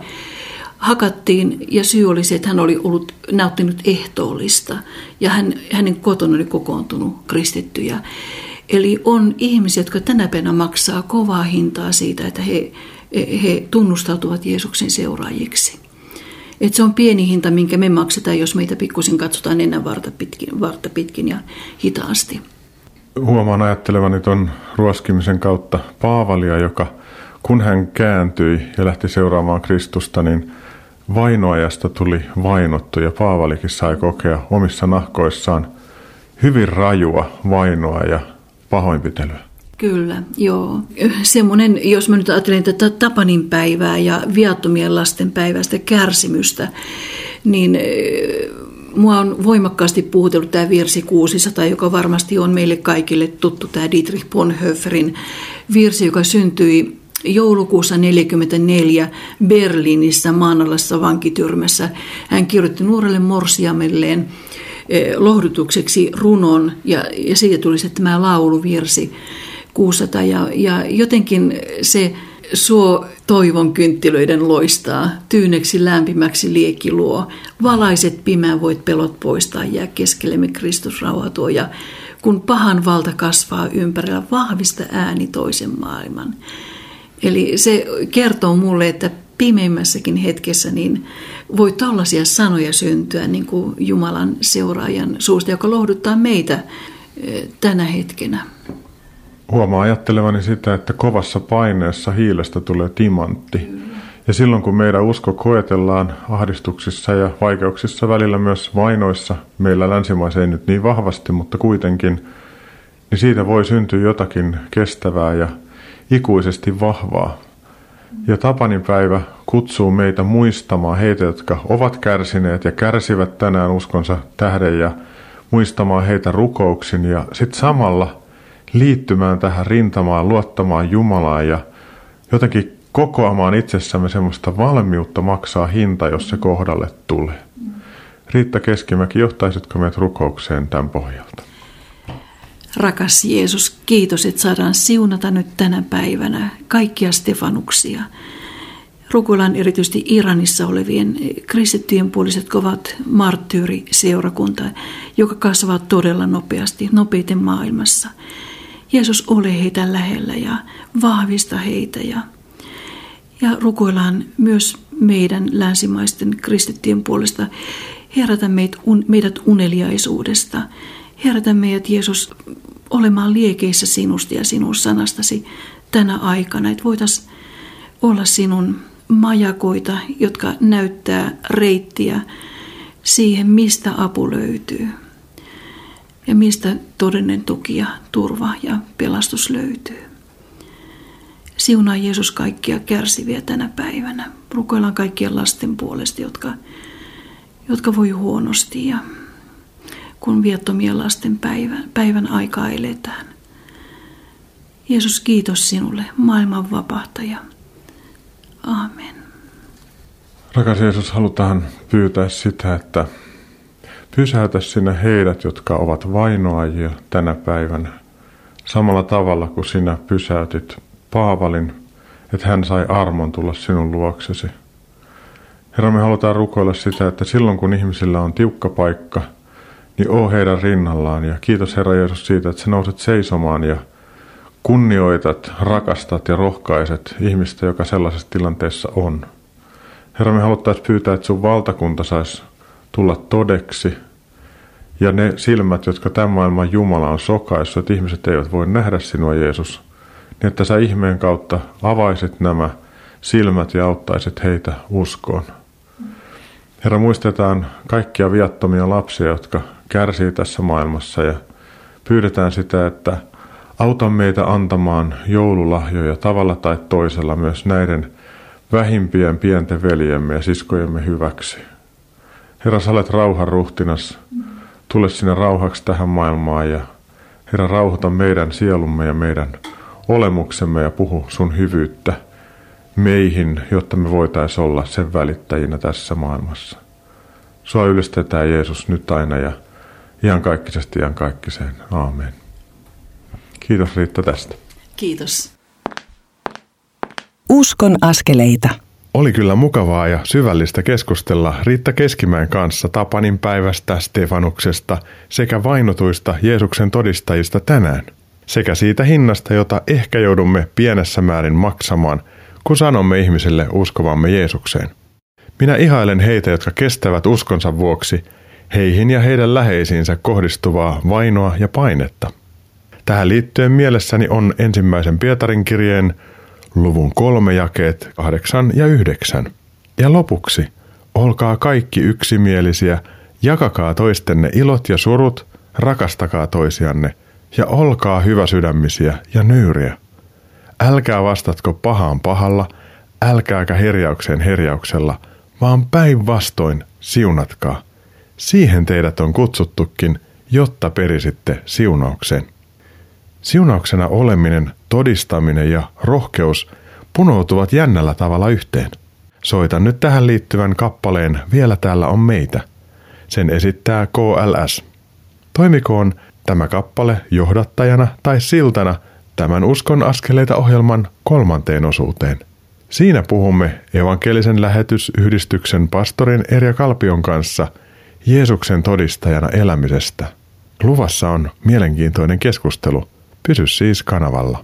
hakattiin, ja syy oli se, että hän oli ollut nauttinut ehtoollista, ja hän, hänen kotona oli kokoontunut kristittyjä. Eli on ihmisiä, jotka tänä päivänä maksaa kovaa hintaa siitä, että he, he tunnustautuvat Jeesuksen seuraajiksi. Et se on pieni hinta, minkä me maksetaan, jos meitä pikkusen katsotaan nenän varta pitkin, varta pitkin ja hitaasti. Huomaan ajattelevani tuon ruoskimisen kautta Paavalia, joka kun hän kääntyi ja lähti seuraamaan Kristusta, niin vainoajasta tuli vainottu, ja Paavalikin sai kokea omissa nahkoissaan hyvin rajua vainoa ja pahoinpitelyä. Kyllä, joo. Semmoinen, jos mä nyt ajattelen tätä Tapanin päivää ja viattomien lasten päivää, sitä kärsimystä, niin mua on voimakkaasti puhutellut tämä virsi kuusisataa, joka varmasti on meille kaikille tuttu, tämä Dietrich Bonhoefferin virsi, joka syntyi joulukuussa neljäkymmentäneljä Berliinissä maanalaisessa vankityrmässä. Hän kirjoitti nuorelle morsiamelleen lohdutukseksi runon, ja, ja siitä tuli se tämä lauluvirsi kuusisataa, ja, ja jotenkin se suo toivon kynttilöiden loistaa, tyyneksi lämpimäksi liekki luo, valaiset pimeän voit pelot poistaa, jää keskellemme Kristus rauha tuo, ja kun pahan valta kasvaa ympärillä, vahvista ääni toisen maailman. Eli se kertoo mulle, että pimeimmässäkin hetkessä niin voi tällaisia sanoja syntyä niin kuin Jumalan seuraajan suusta, joka lohduttaa meitä tänä hetkenä. Huomaa ajattelevani sitä, että kovassa paineessa hiilestä tulee timantti. Kyllä. Ja silloin kun meidän usko koetellaan ahdistuksissa ja vaikeuksissa, välillä myös vainoissa, meillä länsimaissa ei nyt niin vahvasti, mutta kuitenkin, niin siitä voi syntyä jotakin kestävää ja ikuisesti vahvaa. Ja Tapanin päivä kutsuu meitä muistamaan heitä, jotka ovat kärsineet ja kärsivät tänään uskonsa tähden, ja muistamaan heitä rukouksin ja sitten samalla liittymään tähän rintamaan, luottamaan Jumalaan ja jotenkin kokoamaan itsessämme semmoista valmiutta maksaa hinta, jos se kohdalle tulee. Riitta Keskimäki, johtaisitko meidät rukoukseen tämän pohjalta? Rakas Jeesus, kiitos, että saadaan siunata nyt tänä päivänä kaikkia Stefanuksia. Rukoillaan erityisesti Iranissa olevien kristittyjen puoliset kovat marttyyriseurakunta, joka kasvaa todella nopeasti, nopeiten maailmassa. Jeesus, ole heitä lähellä ja vahvista heitä. Ja, ja rukoillaan myös meidän länsimaisten kristittyjen puolesta. Herätä meidät uneliaisuudesta. Herätä meidät, Jeesus, olemaan liekeissä sinusta ja sinun sanastasi tänä aikana. Että voitaisiin olla sinun majakoita, jotka näyttää reittiä siihen, mistä apu löytyy. Ja mistä todellinen tuki ja turva ja pelastus löytyy. Siunaa Jeesus kaikkia kärsiviä tänä päivänä. Rukoillaan kaikkien lasten puolesta, jotka, jotka voi huonosti ja kun viattomien lasten päivän, päivän aikaa eletään. Jeesus, kiitos sinulle, maailman vapahtaja. Aamen. Rakas Jeesus, halutaan pyytää sitä, että pysäytä sinä heidät, jotka ovat vainoajia tänä päivänä. Samalla tavalla kuin sinä pysäytit Paavalin, että hän sai armon tulla sinun luoksesi. Herra, me halutaan rukoilla sitä, että silloin kun ihmisillä on tiukka paikka, niin oo heidän rinnallaan. Ja kiitos Herra Jeesus siitä, että sä nouset seisomaan ja kunnioitat, rakastat ja rohkaiset ihmistä, joka sellaisessa tilanteessa on. Herra, me haluttaisiin pyytää, että sun valtakunta saisi tulla todeksi. Ja ne silmät, jotka tämän maailman Jumala on sokaissut, että ihmiset eivät voi nähdä sinua, Jeesus, niin että sä ihmeen kautta avaisit nämä silmät ja auttaisit heitä uskoon. Herra, muistetaan kaikkia viattomia lapsia, jotka kärsii tässä maailmassa ja pyydetään sitä, että auta meitä antamaan joululahjoja tavalla tai toisella myös näiden vähimpien pienten veljemme ja siskojemme hyväksi. Herra, sä olet rauhan ruhtinas. Tule sinne rauhaksi tähän maailmaan ja Herra, rauhoita meidän sielumme ja meidän olemuksemme ja puhu sun hyvyyttä meihin, jotta me voitaisiin olla sen välittäjinä tässä maailmassa. Sua ylistetään, Jeesus, nyt aina ja iankaikkisesti iankaikkiseen. Aamen. Kiitos Riitta tästä. Kiitos. Uskon askeleita. Oli kyllä mukavaa ja syvällistä keskustella Riitta Keskimäen kanssa Tapanin päivästä, Stefanuksesta sekä vainotuista Jeesuksen todistajista tänään. Sekä siitä hinnasta, jota ehkä joudumme pienessä määrin maksamaan, kun sanomme ihmisille uskovamme Jeesukseen. Minä ihailen heitä, jotka kestävät uskonsa vuoksi heihin ja heidän läheisiinsä kohdistuvaa vainoa ja painetta. Tähän liittyen mielessäni on ensimmäisen Pietarin kirjeen luvun kolme jakeet kahdeksan ja yhdeksän. Ja lopuksi, olkaa kaikki yksimielisiä, jakakaa toistenne ilot ja surut, rakastakaa toisianne ja olkaa hyväsydämisiä ja nöyriä. Älkää vastatko pahaan pahalla, älkääkä herjaukseen herjauksella, vaan päinvastoin siunatkaa. Siihen teidät on kutsuttukin, jotta perisitte siunauksen. Siunauksena oleminen, todistaminen ja rohkeus punoutuvat jännällä tavalla yhteen. Soitan nyt tähän liittyvän kappaleen Vielä täällä on meitä. Sen esittää K L S. Toimikoon tämä kappale johdattajana tai siltana tämän Uskon askeleita -ohjelman kolmanteen osuuteen. Siinä puhumme evankelisen lähetysyhdistyksen pastorin Erja Kalpion kanssa Jeesuksen todistajana elämisestä. Luvassa on mielenkiintoinen keskustelu. Pysy siis kanavalla.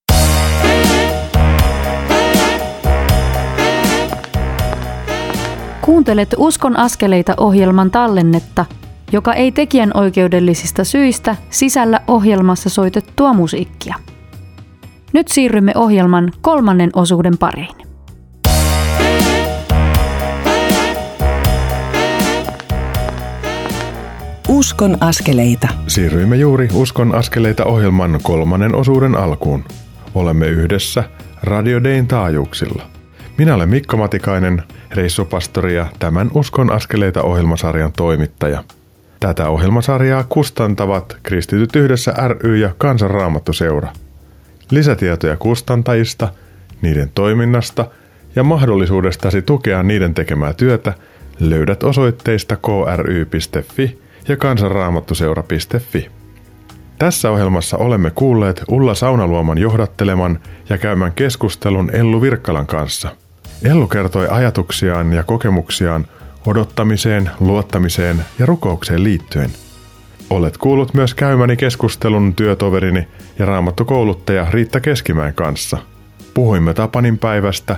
Kuuntelet Uskon askeleita -ohjelman tallennetta, joka ei tekijänoikeudellisista syistä sisällä ohjelmassa soitettua musiikkia. Nyt siirrymme ohjelman kolmannen osuuden pariin. Uskon askeleita. Siirryimme juuri Uskon askeleita -ohjelman kolmannen osuuden alkuun. Olemme yhdessä Radio Dayn taajuuksilla. Minä olen Mikko Matikainen, reissupastori ja tämän Uskon askeleita -ohjelmasarjan toimittaja. Tätä ohjelmasarjaa kustantavat Kristityt yhdessä ry ja Kansan Raamattuseura. Lisätietoja kustantajista, niiden toiminnasta ja mahdollisuudestasi tukea niiden tekemää työtä löydät osoitteista k r y piste f i ja kansanraamattuseura piste f i. Tässä ohjelmassa olemme kuulleet Ulla Saunaluoman johdatteleman ja käymän keskustelun Ellu Virkkalan kanssa. Ellu kertoi ajatuksiaan ja kokemuksiaan odottamiseen, luottamiseen ja rukoukseen liittyen. Olet kuullut myös käymäni keskustelun työtoverini ja raamattukouluttaja Riitta Keskimäen kanssa. Puhuimme Tapanin päivästä,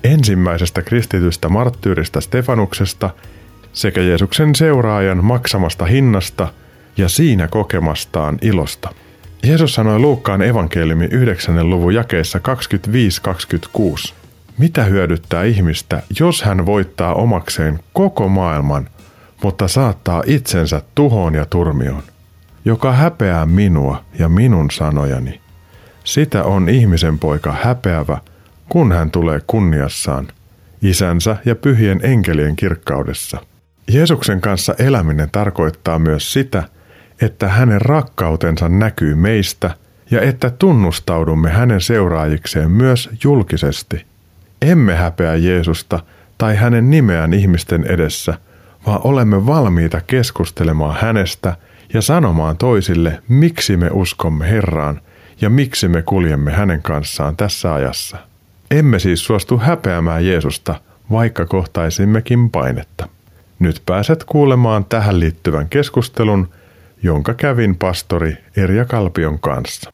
ensimmäisestä kristitystä marttyyristä Stefanuksesta sekä Jeesuksen seuraajan maksamasta hinnasta ja siinä kokemastaan ilosta. Jeesus sanoi Luukkaan evankeliumi yhdeksännen luvun jakeessa kaksikymmentäviisi kaksikymmentäkuusi. Mitä hyödyttää ihmistä, jos hän voittaa omakseen koko maailman, mutta saattaa itsensä tuhoon ja turmioon? Joka häpeää minua ja minun sanojani, sitä on ihmisen poika häpeävä, kun hän tulee kunniassaan, isänsä ja pyhien enkelien kirkkaudessa. Jeesuksen kanssa eläminen tarkoittaa myös sitä, että hänen rakkautensa näkyy meistä ja että tunnustaudumme hänen seuraajikseen myös julkisesti. Emme häpeä Jeesusta tai hänen nimeään ihmisten edessä, vaan olemme valmiita keskustelemaan hänestä ja sanomaan toisille, miksi me uskomme Herraan ja miksi me kuljemme hänen kanssaan tässä ajassa. Emme siis suostu häpeämään Jeesusta, vaikka kohtaisimmekin painetta. Nyt pääset kuulemaan tähän liittyvän keskustelun, jonka kävin pastori Erja Kalpion kanssa.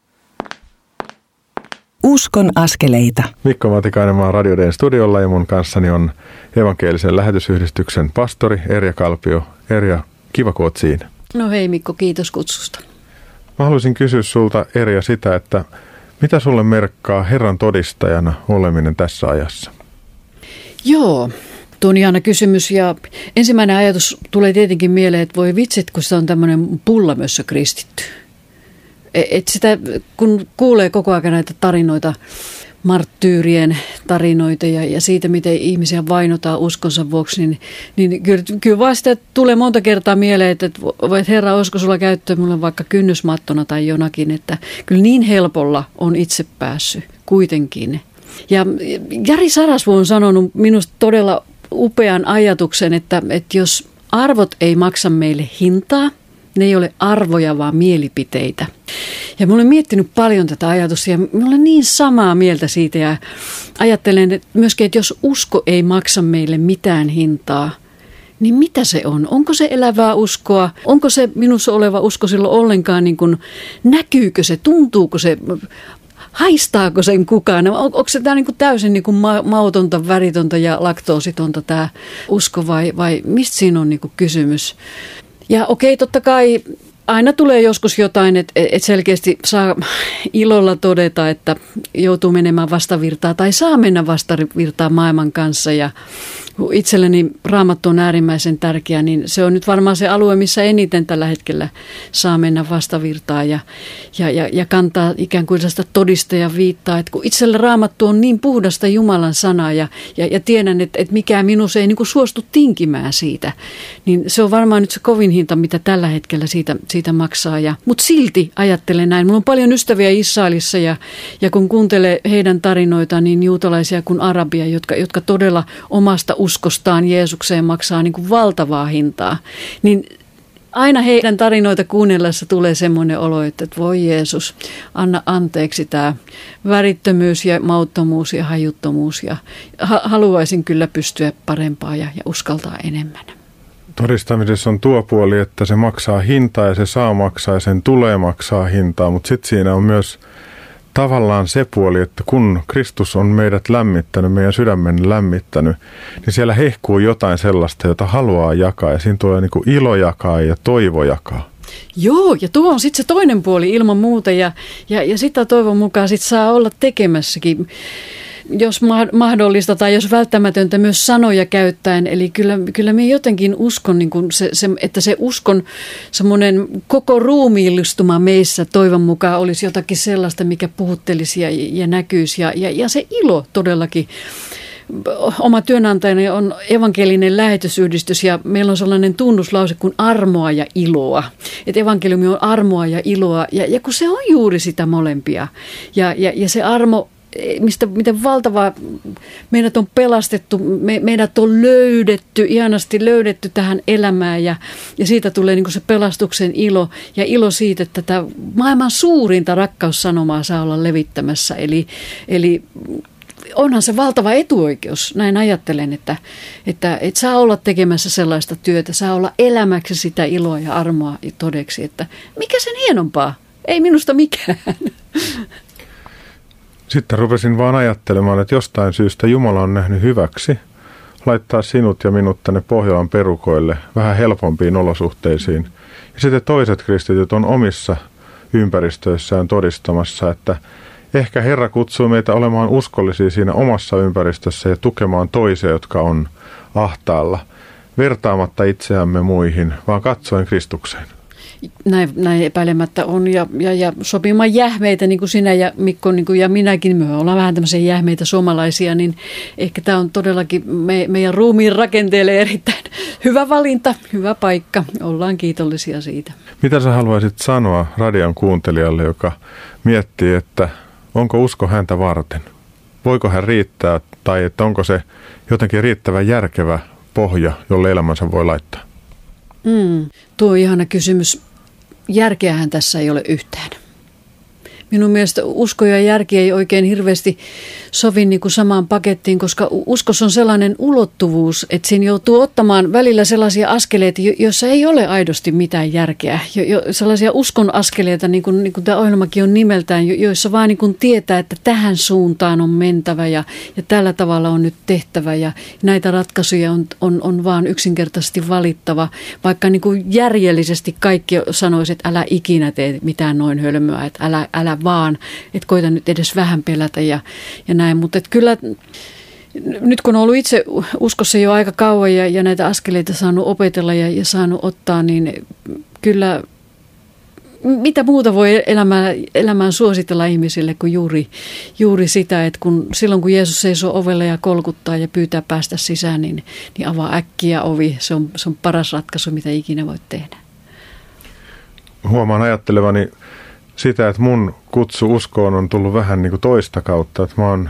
Uskon askeleita. Mikko Matikainen, mä oon Radio D:n studiolla ja mun kanssani on evankelisen lähetysyhdistyksen pastori Erja Kalpio. Erja, kiva kun oot siinä. No hei Mikko, kiitos kutsusta. Mä haluaisin kysyä sulta, Erja, sitä, että mitä sulle merkkaa Herran todistajana oleminen tässä ajassa? Joo, tuo on ihana kysymys ja ensimmäinen ajatus tulee tietenkin mieleen, että voi vitsit, kun se on tämmöinen pullamössö kristitty. Et sitä, kun kuulee koko ajan näitä tarinoita, marttyyrien tarinoita ja, ja siitä, miten ihmisiä vainotaan uskonsa vuoksi, niin, niin kyllä, kyllä vaan sitä tulee monta kertaa mieleen, että, että Herra, olisiko sulla käyttöön mulle vaikka kynnysmattona tai jonakin, että kyllä niin helpolla on itse päässyt kuitenkin. Ja Jari Sarasvuo on sanonut minusta todella upean ajatuksen, että, että jos arvot ei maksa meille hintaa, ne ei ole arvoja, vaan mielipiteitä. Ja mä olen miettinyt paljon tätä ajatusta ja mä olen niin samaa mieltä siitä ja ajattelen että myöskin, että jos usko ei maksa meille mitään hintaa, niin mitä se on? Onko se elävää uskoa? Onko se minussa oleva usko silloin ollenkaan, niin kuin, näkyykö se, tuntuuko se, haistaako sen kukaan? On, onko se tämä niin kuin täysin niin kuin ma- mautonta, väritonta ja laktoositonta tämä usko vai, vai mistä siinä on niin kuin kysymys? Ja okei, totta kai aina tulee joskus jotain, että et selkeästi saa ilolla todeta, että joutuu menemään vastavirtaa tai saa mennä vastavirtaa maailman kanssa. Ja itselleni Raamattu on äärimmäisen tärkeä, niin se on nyt varmaan se alue, missä eniten tällä hetkellä saa mennä vastavirtaa ja, ja, ja, ja kantaa ikään kuin sitä todistajan viittaa. Että kun itsellä Raamattu on niin puhdasta Jumalan sanaa ja, ja, ja tiedän, että, että mikään minussa ei niin kuin suostu tinkimään siitä, niin se on varmaan nyt se kovin hinta, mitä tällä hetkellä siitä, siitä maksaa. Mutta silti ajattelen näin. Minulla on paljon ystäviä Israelissa ja, ja kun kuuntelee heidän tarinoitaan, niin juutalaisia kuin arabia, jotka, jotka todella omasta uskostaan Jeesukseen maksaa niin kuin valtavaa hintaa, niin aina heidän tarinoita kuunnellessa tulee semmoinen olo, että voi Jeesus, anna anteeksi tämä värittömyys ja mauttomuus ja hajuttomuus ja haluaisin kyllä pystyä parempaa ja, ja uskaltaa enemmän. Todistamisessa on tuo puoli, että se maksaa hintaa ja se saa maksaa ja sen tulee maksaa hintaa, mutta sitten siinä on myös tavallaan se puoli, että kun Kristus on meidät lämmittänyt, meidän sydämen lämmittänyt, niin siellä hehkuu jotain sellaista, jota haluaa jakaa ja siinä tulee niin kuin ilo jakaa ja toivo jakaa. Joo, ja tuo on sitten se toinen puoli ilman muuta ja, ja, ja sitä toivon mukaan sit saa olla tekemässäkin, jos mahdollista tai jos välttämätöntä myös sanoja käyttäen. Eli kyllä, kyllä minä jotenkin uskon, niin kuin se, se, että se uskon semmoinen koko ruumiillistuma meissä toivon mukaan olisi jotakin sellaista, mikä puhuttelisi ja, ja näkyisi. Ja, ja, ja se ilo todellakin. Oma työnantajani on evankelinen lähetysyhdistys ja meillä on sellainen tunnuslause kuin armoa ja iloa. Että evankeliumi on armoa ja iloa ja, ja kun se on juuri sitä molempia. Ja, ja, ja se armo, mistä, miten valtavaa meidät on pelastettu, me, meidät on löydetty, ihanasti löydetty tähän elämään ja, ja siitä tulee niin kuin se pelastuksen ilo ja ilo siitä, että tätä maailman suurinta rakkaussanomaa saa olla levittämässä. Eli, eli onhan se valtava etuoikeus, näin ajattelen, että, että, että saa olla tekemässä sellaista työtä, saa olla elämäksi sitä iloa ja armoa todeksi, että mikä sen hienompaa, ei minusta mikään. Sitten rupesin vaan ajattelemaan, että jostain syystä Jumala on nähnyt hyväksi laittaa sinut ja minut tänne Pohjolan perukoille vähän helpompiin olosuhteisiin. Ja sitten toiset kristityt on omissa ympäristöissään todistamassa, että ehkä Herra kutsuu meitä olemaan uskollisia siinä omassa ympäristössä ja tukemaan toisia, jotka on ahtaalla, vertaamatta itseämme muihin, vaan katsoen Kristukseen. Näin, näin epäilemättä on ja, ja, ja sopimaan jähmeitä, niin kuin sinä ja Mikko niin kuin ja minäkin, me ollaan vähän tämmöisiä jähmeitä suomalaisia, niin ehkä tämä on todellakin me, meidän ruumiin rakenteelle erittäin hyvä valinta, hyvä paikka. Ollaan kiitollisia siitä. Mitä sä haluaisit sanoa radion kuuntelijalle, joka miettii, että onko usko häntä varten? Voiko hän riittää tai että onko se jotenkin riittävän järkevä pohja, jolle elämänsä voi laittaa? Mm, tuo on ihana kysymys. Järkeähän tässä ei ole yhtään. Minun mielestä usko ja järki ei oikein hirveästi sovi niin kuin samaan pakettiin, koska uskossa on sellainen ulottuvuus, että siinä joutuu ottamaan välillä sellaisia askeleita, joissa ei ole aidosti mitään järkeä. Jo, jo, sellaisia uskon askeleita, niin kuin, niin kuin tämä ohjelmakin on nimeltään, joissa vaan niin kuin tietää, että tähän suuntaan on mentävä ja, ja tällä tavalla on nyt tehtävä. Ja näitä ratkaisuja on, on, on vaan yksinkertaisesti valittava, vaikka niin kuin järjellisesti kaikki sanoisivat, että älä ikinä tee mitään noin hölmöä, että älä, älä vaan, että koita nyt edes vähän pelätä ja, ja näin. Mutta kyllä nyt kun on ollut itse uskossa jo aika kauan ja, ja näitä askeleita saanut opetella ja, ja saanut ottaa, niin kyllä mitä muuta voi elämään, elämään suositella ihmisille kuin juuri, juuri sitä, että kun, silloin kun Jeesus seisoo ovella ja kolkuttaa ja pyytää päästä sisään, niin, niin avaa äkkiä ovi. Se on, se on paras ratkaisu, mitä ikinä voit tehdä. Huomaan ajattelevani sitä, että mun kutsu uskoon on tullut vähän niin kuin toista kautta, että mä oon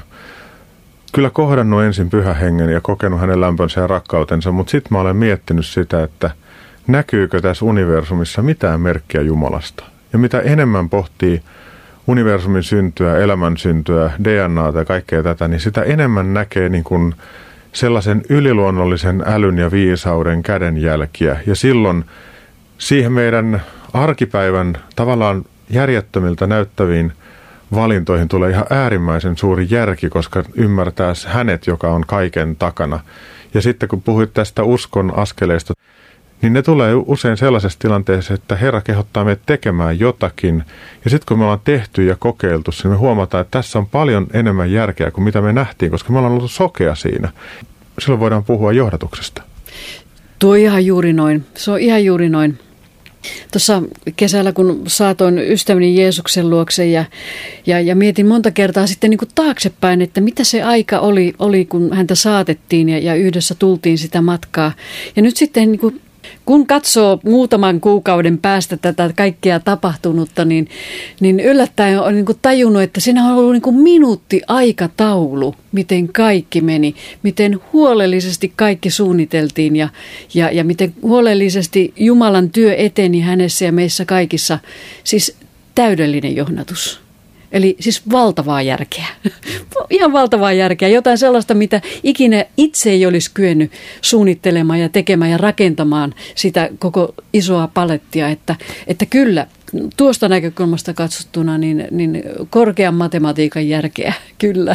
kyllä kohdannut ensin Pyhän Hengen ja kokenut hänen lämpönsä ja rakkautensa, mutta sitten mä olen miettinyt sitä, että näkyykö tässä universumissa mitään merkkiä Jumalasta. Ja mitä enemmän pohtii universumin syntyä, elämän syntyä, D N A:ta ja kaikkea tätä, niin sitä enemmän näkee niin kuin sellaisen yliluonnollisen älyn ja viisauden kädenjälkiä. Ja silloin siihen meidän arkipäivän tavallaan järjettömiltä näyttäviin valintoihin tulee ihan äärimmäisen suuri järki, koska ymmärtää hänet, joka on kaiken takana. Ja sitten kun puhuit tästä uskon askeleista, niin ne tulee usein sellaisessa tilanteessa, että Herra kehottaa meitä tekemään jotakin. Ja sitten kun me ollaan tehty ja kokeiltu, niin me huomataan, että tässä on paljon enemmän järkeä kuin mitä me nähtiin, koska me ollaan ollut sokea siinä. Silloin voidaan puhua johdatuksesta. Tuo on ihan juuri noin. Se on ihan juuri noin. Tuossa kesällä, kun saatoin ystäväni Jeesuksen luokse ja, ja, ja mietin monta kertaa sitten niin kuin taaksepäin, että mitä se aika oli, oli kun häntä saatettiin ja, ja yhdessä tultiin sitä matkaa. Ja nyt sitten niin kuin, kun katsoo muutaman kuukauden päästä tätä kaikkea tapahtunutta, niin, niin yllättäen on niin kuin tajunnut, että siinä on ollut niin kuin minuutti aikataulu, miten kaikki meni, miten huolellisesti kaikki suunniteltiin ja, ja, ja miten huolellisesti Jumalan työ eteni hänessä ja meissä kaikissa. Siis täydellinen johdatus. Eli siis valtavaa järkeä. Ihan valtavaa järkeä. Jotain sellaista, mitä ikinä itse ei olisi kyennyt suunnittelemaan ja tekemään ja rakentamaan sitä koko isoa palettia. Että, että kyllä, tuosta näkökulmasta katsottuna, niin, niin korkean matematiikan järkeä, kyllä.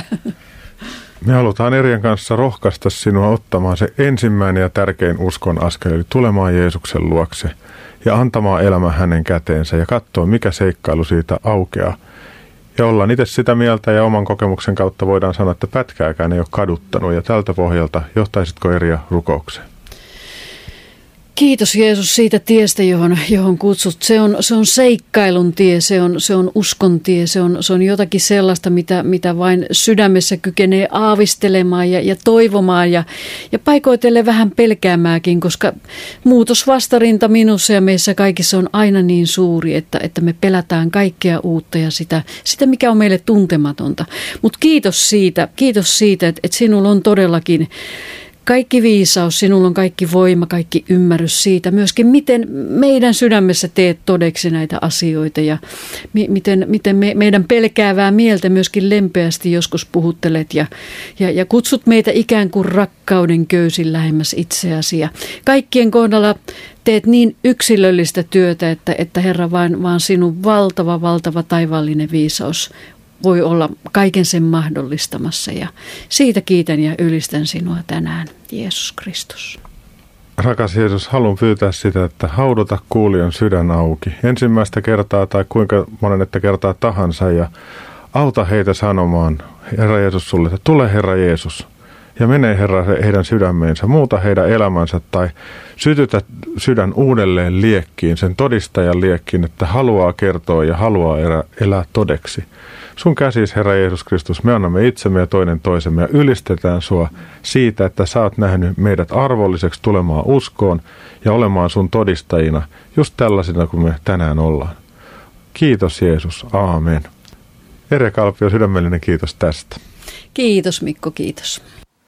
Me halutaan Erjan kanssa rohkaista sinua ottamaan se ensimmäinen ja tärkein uskon askel, eli tulemaan Jeesuksen luokse ja antamaan elämä hänen käteensä ja katsoa, mikä seikkailu siitä aukeaa. Ja ollaan itse sitä mieltä ja oman kokemuksen kautta voidaan sanoa, että pätkääkään ei ole kaduttanut. Ja tältä pohjalta johtaisitko Erja rukoukseen? Kiitos Jeesus siitä tiestä, johon, johon kutsut. Se on, se on seikkailun tie, se on, se on uskon tie, se on, se on jotakin sellaista, mitä, mitä vain sydämessä kykenee aavistelemaan ja, ja toivomaan ja, ja paikoitellen vähän pelkäämääkin, koska muutosvastarinta minussa ja meissä kaikissa on aina niin suuri, että, että me pelätään kaikkea uutta ja sitä, sitä mikä on meille tuntematonta. Mutta kiitos siitä, kiitos siitä, että, että sinulla on todellakin kaikki viisaus, sinulla on kaikki voima, kaikki ymmärrys siitä. Myöskin miten meidän sydämessä teet todeksi näitä asioita ja mi- miten, miten me, meidän pelkäävää mieltä myöskin lempeästi joskus puhuttelet ja, ja, ja kutsut meitä ikään kuin rakkauden köysin lähemmäs itseäsi. Ja kaikkien kohdalla teet niin yksilöllistä työtä, että, että Herra, vaan, vaan sinun valtava, valtava taivaallinen viisaus voi olla kaiken sen mahdollistamassa ja siitä kiitän ja ylistän sinua tänään, Jeesus Kristus. Rakas Jeesus, haluan pyytää sitä, että hauduta kuulijan sydän auki ensimmäistä kertaa tai kuinka monennetta kertaa tahansa ja auta heitä sanomaan, Herra Jeesus sulle, että tule Herra Jeesus ja mene Herra heidän sydämeensä, muuta heidän elämänsä tai sytytä sydän uudelleen liekkiin, sen todistajan liekkiin, että haluaa kertoa ja haluaa elää, elää todeksi. Sun käsis, Herra Jeesus Kristus, me annamme itsemme ja toinen toisemme ja ylistetään sua siitä, että sä oot nähnyt meidät arvolliseksi tulemaan uskoon ja olemaan sun todistajina just tällaisina kuin me tänään ollaan. Kiitos Jeesus, aamen. Erja Kalpio, sydämellinen kiitos tästä. Kiitos Mikko, kiitos.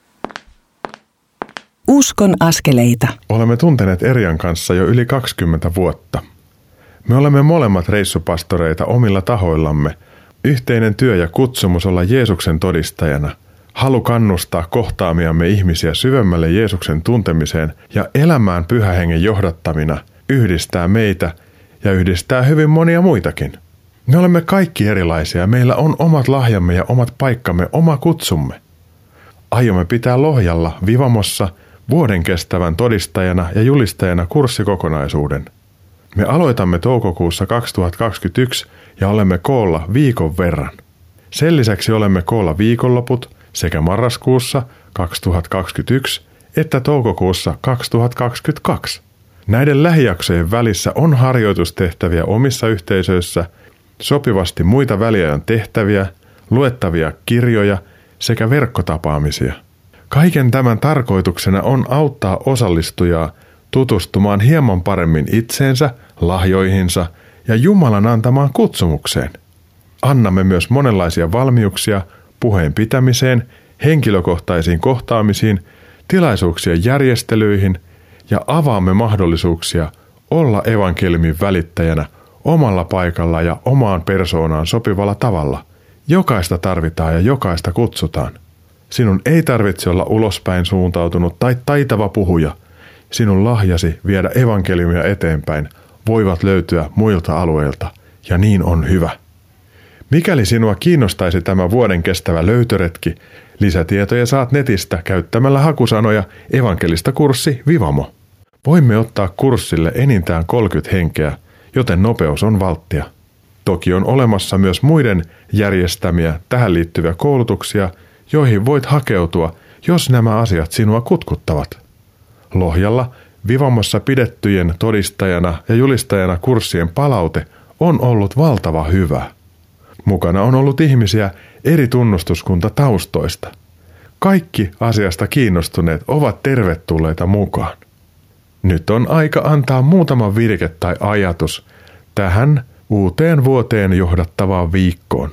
Uskon askeleita. Olemme tunteneet Erjan kanssa jo yli kaksikymmentä vuotta. Me olemme molemmat reissupastoreita omilla tahoillamme. Yhteinen työ ja kutsumus olla Jeesuksen todistajana. Halu kannustaa kohtaamiamme ihmisiä syvemmälle Jeesuksen tuntemiseen ja elämään Pyhän Hengen johdattamina yhdistää meitä ja yhdistää hyvin monia muitakin. Me olemme kaikki erilaisia ja meillä on omat lahjamme ja omat paikkamme, oma kutsumme. Aiomme pitää Lohjalla Vivamossa vuoden kestävän todistajana ja julistajana kurssikokonaisuuden. Me aloitamme toukokuussa kaksituhattakaksikymmentäyksi ja olemme koolla viikon verran. Sen lisäksi olemme koolla viikonloput sekä marraskuussa kaksituhattakaksikymmentäyksi että toukokuussa kaksituhattakaksikymmentäkaksi. Näiden lähijaksojen välissä on harjoitustehtäviä omissa yhteisöissä, sopivasti muita väliajan tehtäviä, luettavia kirjoja sekä verkkotapaamisia. Kaiken tämän tarkoituksena on auttaa osallistujaa tutustumaan hieman paremmin itseensä, lahjoihinsa ja Jumalan antamaan kutsumukseen. Annamme myös monenlaisia valmiuksia puheen pitämiseen, henkilökohtaisiin kohtaamisiin, tilaisuuksien järjestelyihin ja avaamme mahdollisuuksia olla evankeliumin välittäjänä omalla paikalla ja omaan persoonaan sopivalla tavalla. Jokaista tarvitaan ja jokaista kutsutaan. Sinun ei tarvitse olla ulospäin suuntautunut tai taitava puhuja. Sinun lahjasi viedä evankeliumia eteenpäin voivat löytyä muilta alueilta, ja niin on hyvä. Mikäli sinua kiinnostaisi tämä vuoden kestävä löytöretki, lisätietoja saat netistä käyttämällä hakusanoja evankelista kurssi Vivamo. Voimme ottaa kurssille enintään kolmekymmentä henkeä, joten nopeus on valttia. Toki on olemassa myös muiden järjestämiä tähän liittyviä koulutuksia, joihin voit hakeutua, jos nämä asiat sinua kutkuttavat. Lohjalla Vivamossa pidettyjen todistajana ja julistajana kurssien palaute on ollut valtava hyvä. Mukana on ollut ihmisiä eri tunnustuskuntataustoista. Kaikki asiasta kiinnostuneet ovat tervetulleita mukaan. Nyt on aika antaa muutama virke tai ajatus tähän uuteen vuoteen johdattavaan viikkoon.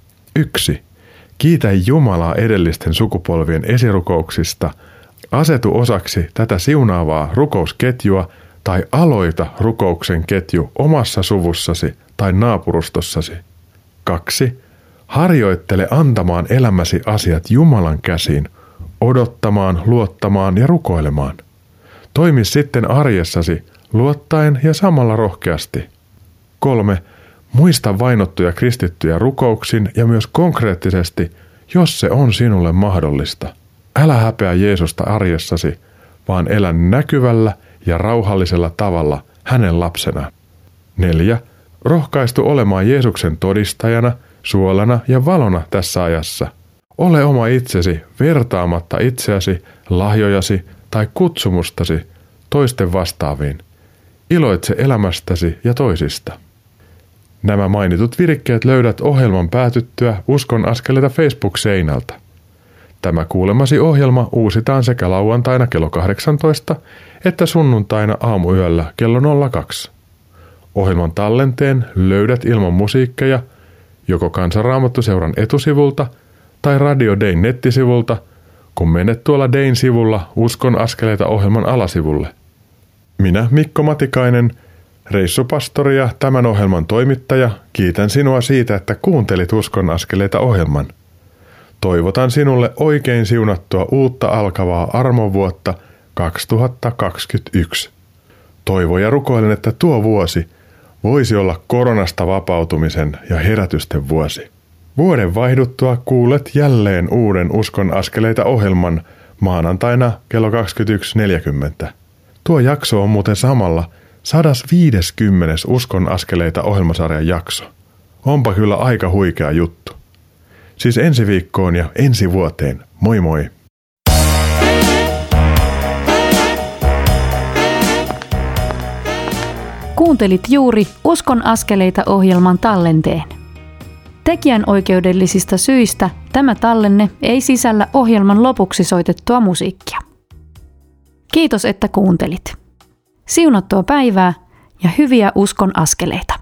yksi. Kiitä Jumalaa edellisten sukupolvien esirukouksista. Asetu osaksi tätä siunaavaa rukousketjua tai aloita rukouksen ketju omassa suvussasi tai naapurustossasi. kaksi. Harjoittele antamaan elämäsi asiat Jumalan käsiin, odottamaan, luottamaan ja rukoilemaan. Toimi sitten arjessasi luottaen ja samalla rohkeasti. kolme. Muista vainottuja kristittyjä rukouksin ja myös konkreettisesti, jos se on sinulle mahdollista. Älä häpeä Jeesusta arjessasi, vaan elä näkyvällä ja rauhallisella tavalla hänen lapsenaan. neljä. Rohkaistu olemaan Jeesuksen todistajana, suolana ja valona tässä ajassa. Ole oma itsesi vertaamatta itseäsi, lahjojasi tai kutsumustasi toisten vastaaviin. Iloitse elämästäsi ja toisista. Nämä mainitut virkkeet löydät ohjelman päätyttyä Uskon askeleita Facebook-seinältä. Tämä kuulemasi ohjelma uusitaan sekä lauantaina kello kahdeksantoista että sunnuntaina aamuyöllä kello nolla kaksi. Ohjelman tallenteen löydät ilman musiikkeja joko Kansanraamattuseuran etusivulta tai Radio Dayn nettisivulta, kun menet tuolla Dayn sivulla Uskon askeleita ohjelman alasivulle. Minä, Mikko Matikainen, reissupastori ja tämän ohjelman toimittaja, kiitän sinua siitä, että kuuntelit Uskon askeleita ohjelman. Toivotan sinulle oikein siunattua uutta alkavaa armonvuotta kaksituhattakaksikymmentäyksi. Toivon ja rukoilen, että tuo vuosi voisi olla koronasta vapautumisen ja herätysten vuosi. Vuoden vaihduttua kuulet jälleen uuden Uskon askeleita -ohjelman maanantaina kello kaksikymmentäyksi neljäkymmentä. Tuo jakso on muuten samalla sata viisikymmentä Uskon askeleita -ohjelmasarjan jakso. Onpa kyllä aika huikea juttu. Siis ensi viikkoon ja ensi vuoteen. Moi moi! Kuuntelit juuri Uskon askeleita -ohjelman tallenteen. Tekijän oikeudellisista syistä tämä tallenne ei sisällä ohjelman lopuksi soitettua musiikkia. Kiitos, että kuuntelit. Siunattua päivää ja hyviä uskon askeleita.